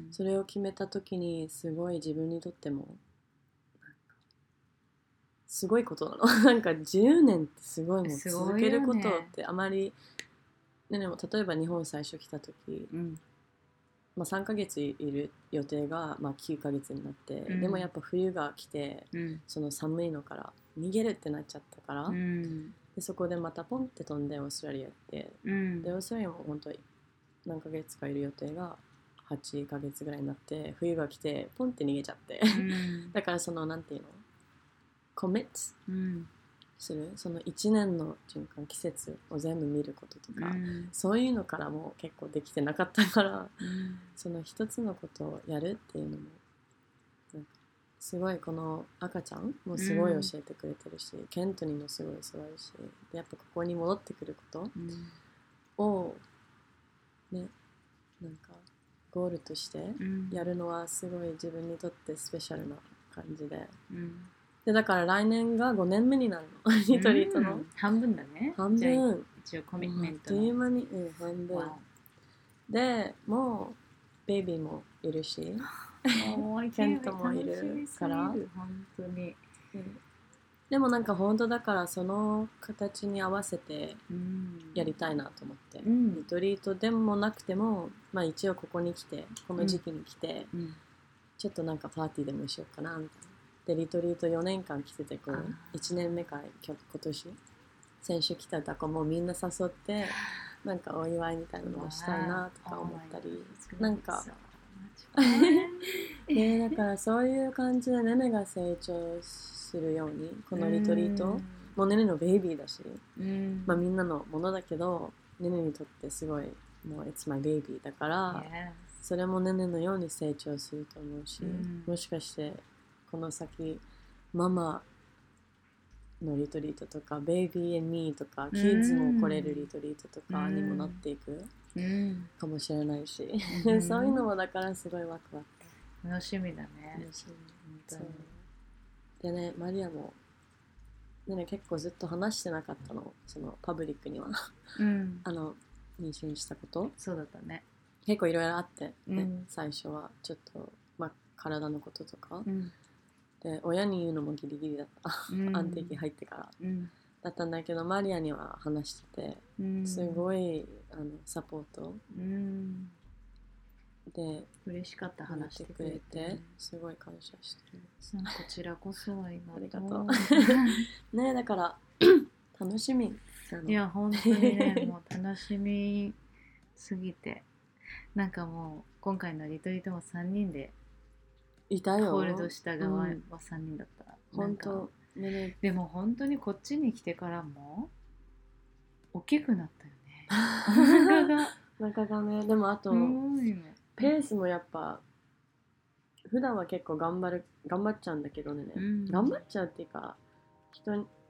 それを決めた時にすごい自分にとってもすごいことなのなんかじゅうねんってすごいもう続けることってあまり、ね、でも例えば日本最初来た時、うんまあ、さんかげついる予定がまあきゅうかげつになって、うん、でもやっぱ冬が来て、うん、その寒いのから逃げるってなっちゃったから、うん、でそこでまたポンって飛んでオーストラリア行って、うん、でオーストラリアも本当に何ヶ月かいる予定がはちかげつぐらいになって冬が来てポンって逃げちゃって、うん、だからそのなんていうのコミットする、うん、そのいちねんの循環季節を全部見ることとか、うん、そういうのからも結構できてなかったから、うん、その一つのことをやるっていうのもなんかすごいこの赤ちゃんもすごい教えてくれてるし、うん、ケントにもすごいすごいしでやっぱここに戻ってくることをねなんかゴールとしてやるのはすごい自分にとってスペシャルな感じで、うんでだから来年がごねんめになるのリトリートの、うん、 半分だね半分一応コミットメントのあっという間に、うん、半分でもうベイビーもいるしケントもいるから本当に、 うん、でもなんか本当だからその形に合わせてやりたいなと思って、うん、リトリートでもなくても、まあ、一応ここに来てこの時期に来て、うん、ちょっとなんかパーティーでもしようかなみたいなでリトリートよねんかん来ててこういちねんめか今年先週来ただ子もみんな誘ってなんかお祝いみたいなのをしたいなとか思ったりなんかねだからそういう感じでネネが成長するようにこのリトリートもうネネのベイビーだしまあみんなのものだけどネネにとってすごいもう It's my baby だからそれもネネのように成長すると思うしもしかしてこの先ママのリトリートとかベイビー&ミーとかキッズも来れるリトリートとかにもなっていくかもしれないし、うん、そういうのもだからすごいワクワク楽しみだね楽しみ本当にでねマリアもで、ね、結構ずっと話してなかったのそのパブリックには、うん、あの妊娠したことそうだったね結構いろいろあって、ねうん、最初はちょっと、まあ、体のこととか、うんで親に言うのもギリギリだった、うん、安定期入ってから、うん、だったんだけどマリアには話してて、うん、すごいあのサポート、うん、で嬉しかった話してくれ て, くれてすごい感謝してるこちらこそありがとうねだから楽しみいや本当にねもう楽しみすぎてなんかもう今回のリトリートもさんにんでいたよホールドした側はさんにんだった、うん、本当、ね、でも本当にこっちに来てからも大きくなったよねお腹がお腹がねでもあとペースもやっぱ普段は結構頑張る頑張っちゃうんだけどね、うん、頑張っちゃうっていうか人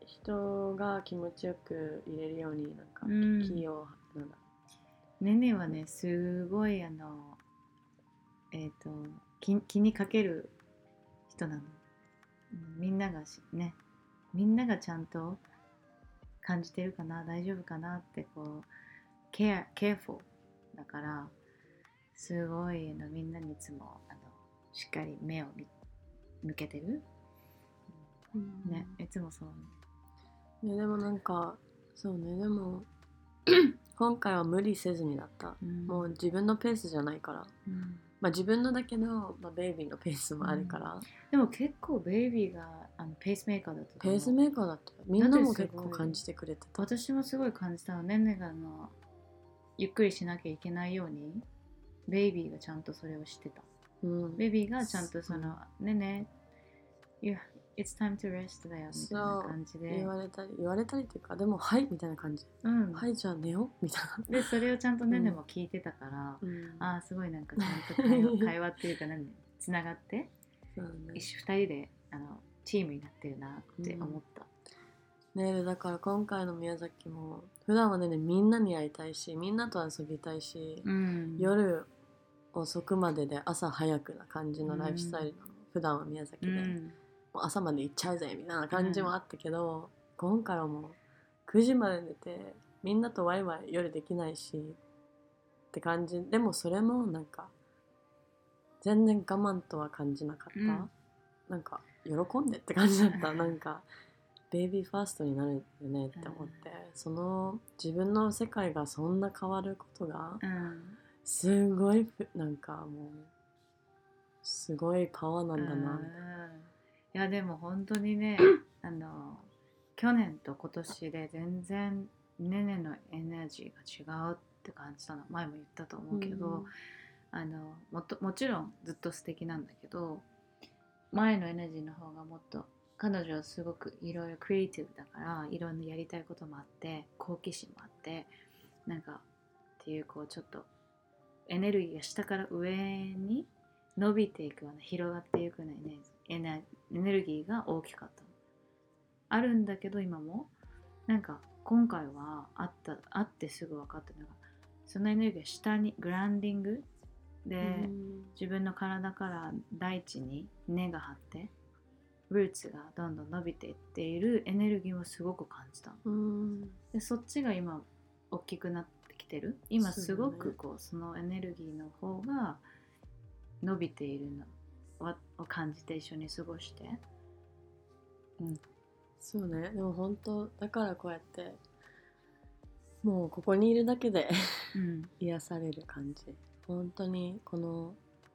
人が気持ちよく入れるようになんかうん気を、なんだねねはねすごいあのえっ、と気気にかける人なの。うんみんながしねみんながちゃんと感じてるかな大丈夫かなってこうケアケアフォーだからすごいあのみんなにいつもあのしっかり目を見向けてる、 うんねいつもそうね、でもなんかそうね、でも今回は無理せずにだった、 うんもう自分のペースじゃないから、 うんまあ自分のだけど、まあ、ベイビーのペースもあるから、 でも結構ベイビーがあのペースメーカーだったと思う。 ペースメーカーだったよ。みんなも結構感じてくれてた。 私もすごい感じたの。ねねがあのゆっくりしなきゃいけないようにベイビーがちゃんとそれを知ってた。 うん、 ベイビーがちゃんとその、ねね You- It's time to rest だよみたいな感じで言われたり言われたりっていうか、でもはいみたいな感じ、 うんはいじゃあ寝ようみたいな。 でそれをちゃんとねねも聞いてたから、 うん、 ああすごいなんかちゃんと会話会話っていうか何つながってそうね、 一緒二人であのチームになってるなって思った、 ね、だから今回の宮崎も普段はねみんなに会いたいし、みんなと遊びたいし、 うん、 夜遅くまでで朝早くな感じのライフスタイルなの、うん、普段は宮崎で、うん、もう朝まで行っちゃうぜみたいな感じもあったけど、うん、今回はもうくじまで寝てみんなとワイワイ夜できないしって感じ。でもそれもなんか全然我慢とは感じなかった、うん、なんか喜んでって感じだったなんかベイビーファーストになるよねって思って、うん、その自分の世界がそんな変わることが、うんすごいなんかもうすごいパワーなんだなみたいな。 いやでも本当にねあの去年と今年で全然ねねのエネルギーが違うって感じたの。前も言ったと思うけど、うん、あの も, ともちろんずっと素敵なんだけど、前のエネルギーの方がもっと彼女はすごくいろいろクリエイティブだからいろんなやりたいこともあって好奇心もあってなんかっていうこうちょっとエネルギーが下から上に伸びていくような広がっていくようなエネエネルギーが大きかったのあるんだけど、今もなんか今回はあったあってすぐ分かったのがそのエネルギーが下にグラウンディングで自分の体から大地に根が張ってルーツがどんどん伸びていっているエネルギーをすごく感じたのでそっちが今大きくなってきてる今すごくこうそのエネルギーの方が伸びているのを感じて一緒に過ごして、 うん、そうね。でも本当だからこうやってもうここにいるだけで、うん、癒される感じ。本当にこの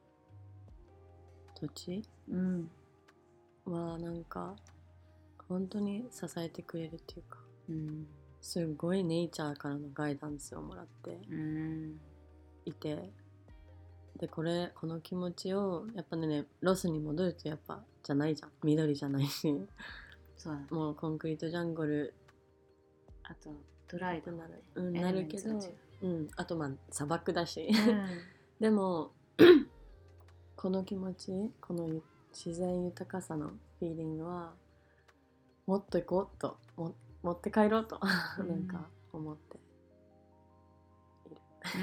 土地、うん、はなんか本当に支えてくれるっていうか、うん、すごいネイチャーからのガイダンスをもらっていて、うん、でこれこの気持ちをやっぱねロスに戻るとやっぱじゃないじゃん、緑じゃないしそう、もうコンクリートジャングルあとドライとなる、 うん、なるけど、うん、あとまあ砂漠だし、うん、でもこの気持ちこの自然豊かさのフィーリングはもっと行こうとも持って帰ろうとなんか思っている、うん、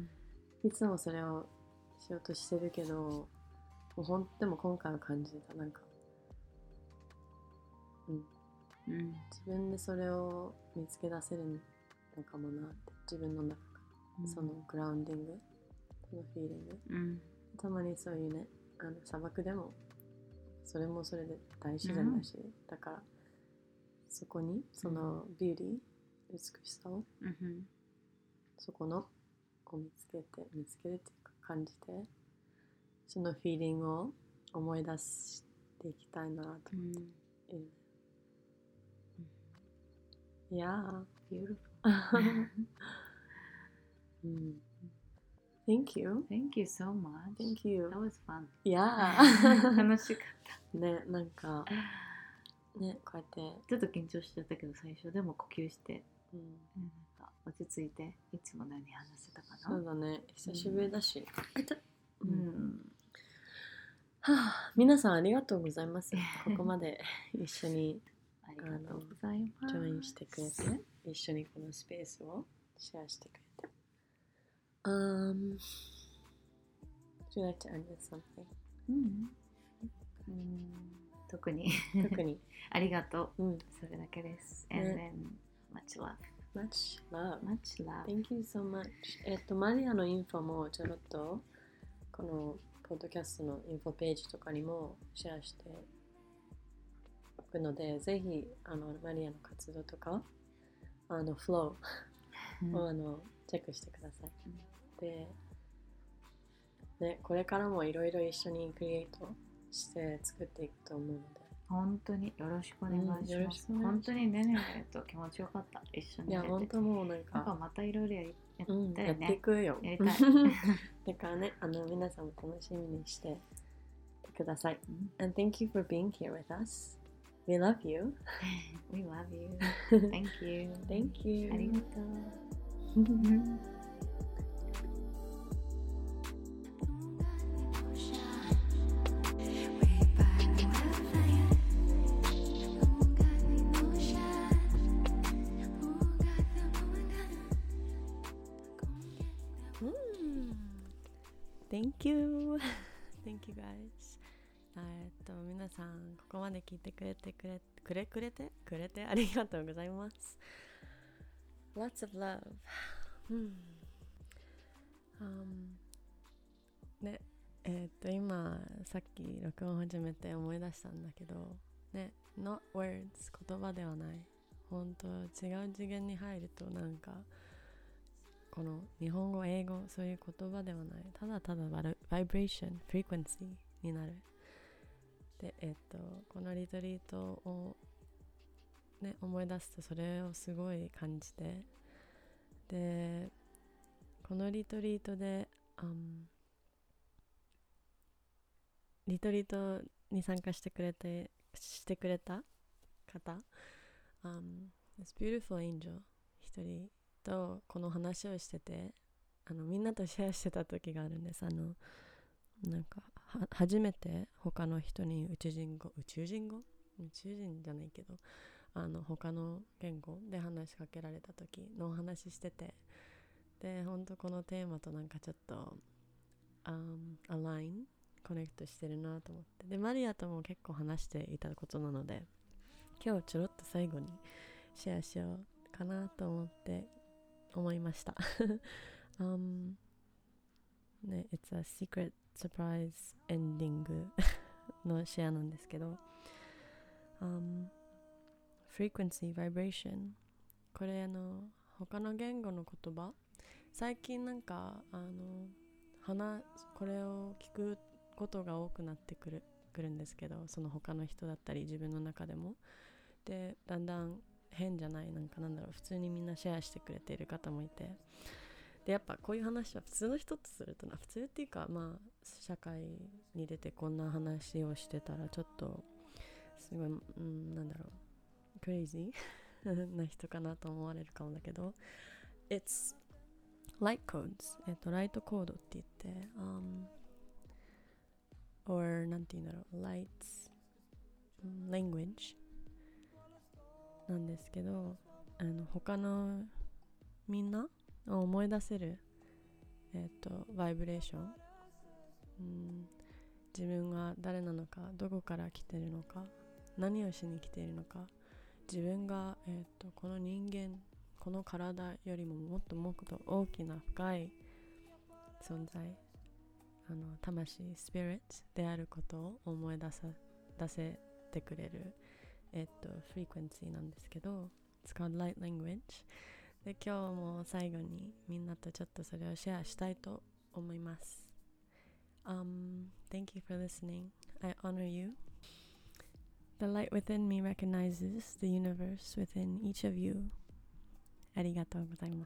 いつもそれをしようとしてるけどもうほんでも今回は感じたなんか、うんうん、自分でそれを見つけ出せるのかもなって自分の中から、うん、そのグラウンディングそのフィーリング、うん、たまにそういうねあの砂漠でもそれもそれで大自然だし、うん、だからそこにそのビューティー、美しさを、うん、そこのを見つけて見つけるっていうか感じてそのフィーリングを思い出していきたいなと思って、うんいやー、beautiful. うん。Thank you. Thank you so much. Thank you. That was fun. Yeah. 楽しかった。 ね、なんか、ね、こうやって。 ちょっと緊張しちゃったけど、最初でも呼吸して、うん、なんか落ち着いて、いつも何話してたかな。 そうだね、久しぶりだし。うん。うん、はあ、皆さんありがとうございます。ここまで一緒に。 あありがとうございます。 ジョインしてくれて、一緒にこのスペースをシェアしてくれて。Um, would you like to end with something? うん、うん、特に特にありがとう、 うん、 それだけです。And then much love. Much love. Much love. Thank you so much. えっと、マリアのインフォもちょろっとこのポッドキャストのインフォページとかにもシェアしておくので、ぜひあのマリアの活動とかあのフローをあのチェックしてください。 うん、 で、ね、これからもいろいろ一緒にクリエイトして作っていくと思うので、 本当によろしくお願いします。うん、よろしくお願いします。本当にねねねと気持ちよかった。一緒にいや本当もうなんか、 なんかまたいろいろやりやったよね、うん、 やっていくよ。 やりたい。 だからね、あの皆さんも楽しみにしてください。 うん、 And thank you for being here with us. We love you. We love you. Thank you. Thank you. ありがとう。 Thank you. Thank you guys. えっと皆さんここまで聞いてくれてくれくれくれてくれてありがとうございます。Lots of love. うん。Um, ねえっと今さっき録音始めて思い出したんだけどね Not words 言葉ではない。本当違う次元に入るとなんかこの日本語英語そういう言葉ではないただただバイブレーションフリクエンシーになるでえっとこのリトリートをね思い出すとそれをすごい感じてでこのリトリートで、um, リトリートに参加してくれてしてくれた方、um, This beautiful angel 一人とこの話をしててあのみんなとシェアしてた時があるんです。あのなんかは初めて他の人に宇宙人語宇宙人語宇宙人じゃないけどあの他の言語で話しかけられた時のお話しててで本当このテーマとなんかちょっと、um, アラインコネクトしてるなと思ってでマリアとも結構話していたことなので今日ちょろっと最後にシェアしようかなと思って思いました、um, ね It's a secret surprise ending のシェアなんですけど、um, frequency vibration これあの他の言語の言葉最近なんかあの話これを聞くことが多くなってくるくるんですけどその他の人だったり自分の中でもでだんだん変じゃないなんかなんだろう普通にみんなシェアしてくれている方もいてでやっぱこういう話は普通の人とするとな普通っていうかまあ社会に出てこんな話をしてたらちょっとすごい、うん、なんだろうクレイジーな人かなと思われるかもだけど It's light codes えっとライトコードって言って、um, or なんて言うんだろう light languageなんですけどあの他のみんなを思い出せるえっとバイブレーション、うん、自分が誰なのかどこから来てるのか何をしに来ているのか自分が、えっとこの人間この体よりももっともっと大きな深い存在あの魂スピリットであることを思い出さ出せてくれるえっとフリクエンシーなんですけど It's called light language で今日も最後にみんなとちょっとそれをシェアしたいと思います、um, Thank you for listening I honor you The light within me recognizes the universe within each of you ありがとうございます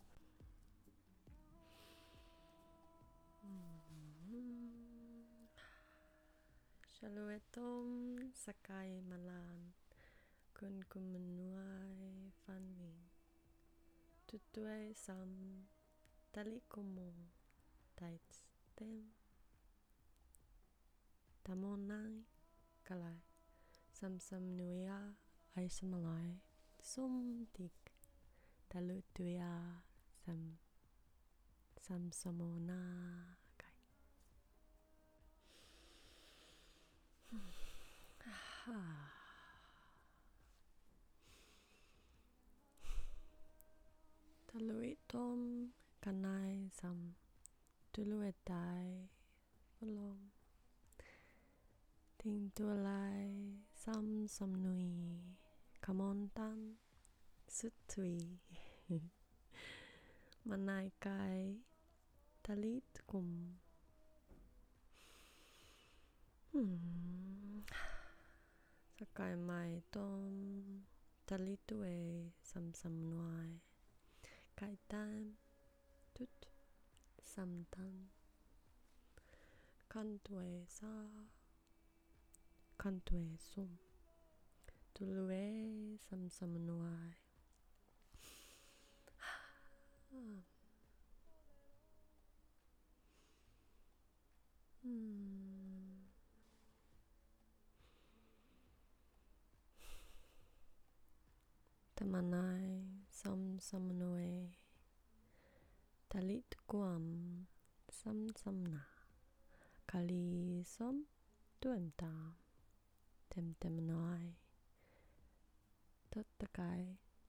Shalom Sakai Malan Kun Kumenuai Fanning Tutuai Sam Talikomo Taits Tem Tamonai Kalai Sam Sam Nuya ay semalai sum tik talut tuya sam sam samona kai. Taluit tom kanai sam tuluetai ulom ting tualai sam samnui kamontan sutui manai kai talit kum. Hmm. Sakai mai tom talitue sam samnuai kaitan tut samtan kantue sa kantue sum tulue sam samnuai. Hmm. Tamanai sam samnue talit guam sam samna kali som tuem tam tem tem noi tottakai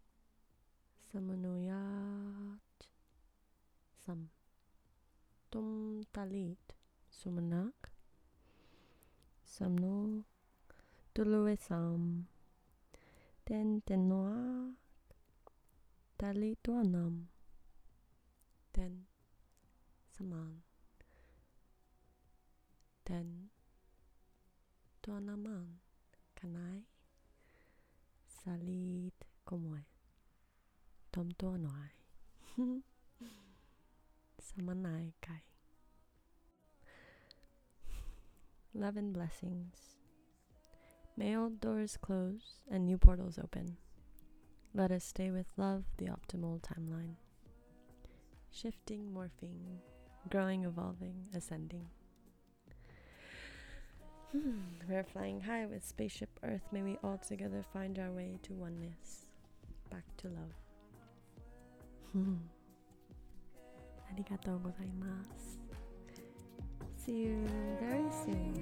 samanuyat sam tum talit sumanak samno tulue sam ten tenua talituanam ten saman ten tuanaman kanai salit komoe tom tuanoai samanai kai. Love and blessings. May old doors close and new portals open. Let us stay with love, the optimal timeline. Shifting, morphing, growing, evolving, ascending. Hmm. We're flying high with spaceship Earth. May we all together find our way to oneness, back to love. Hmm. Arigatou gozaimasu. See you very soon.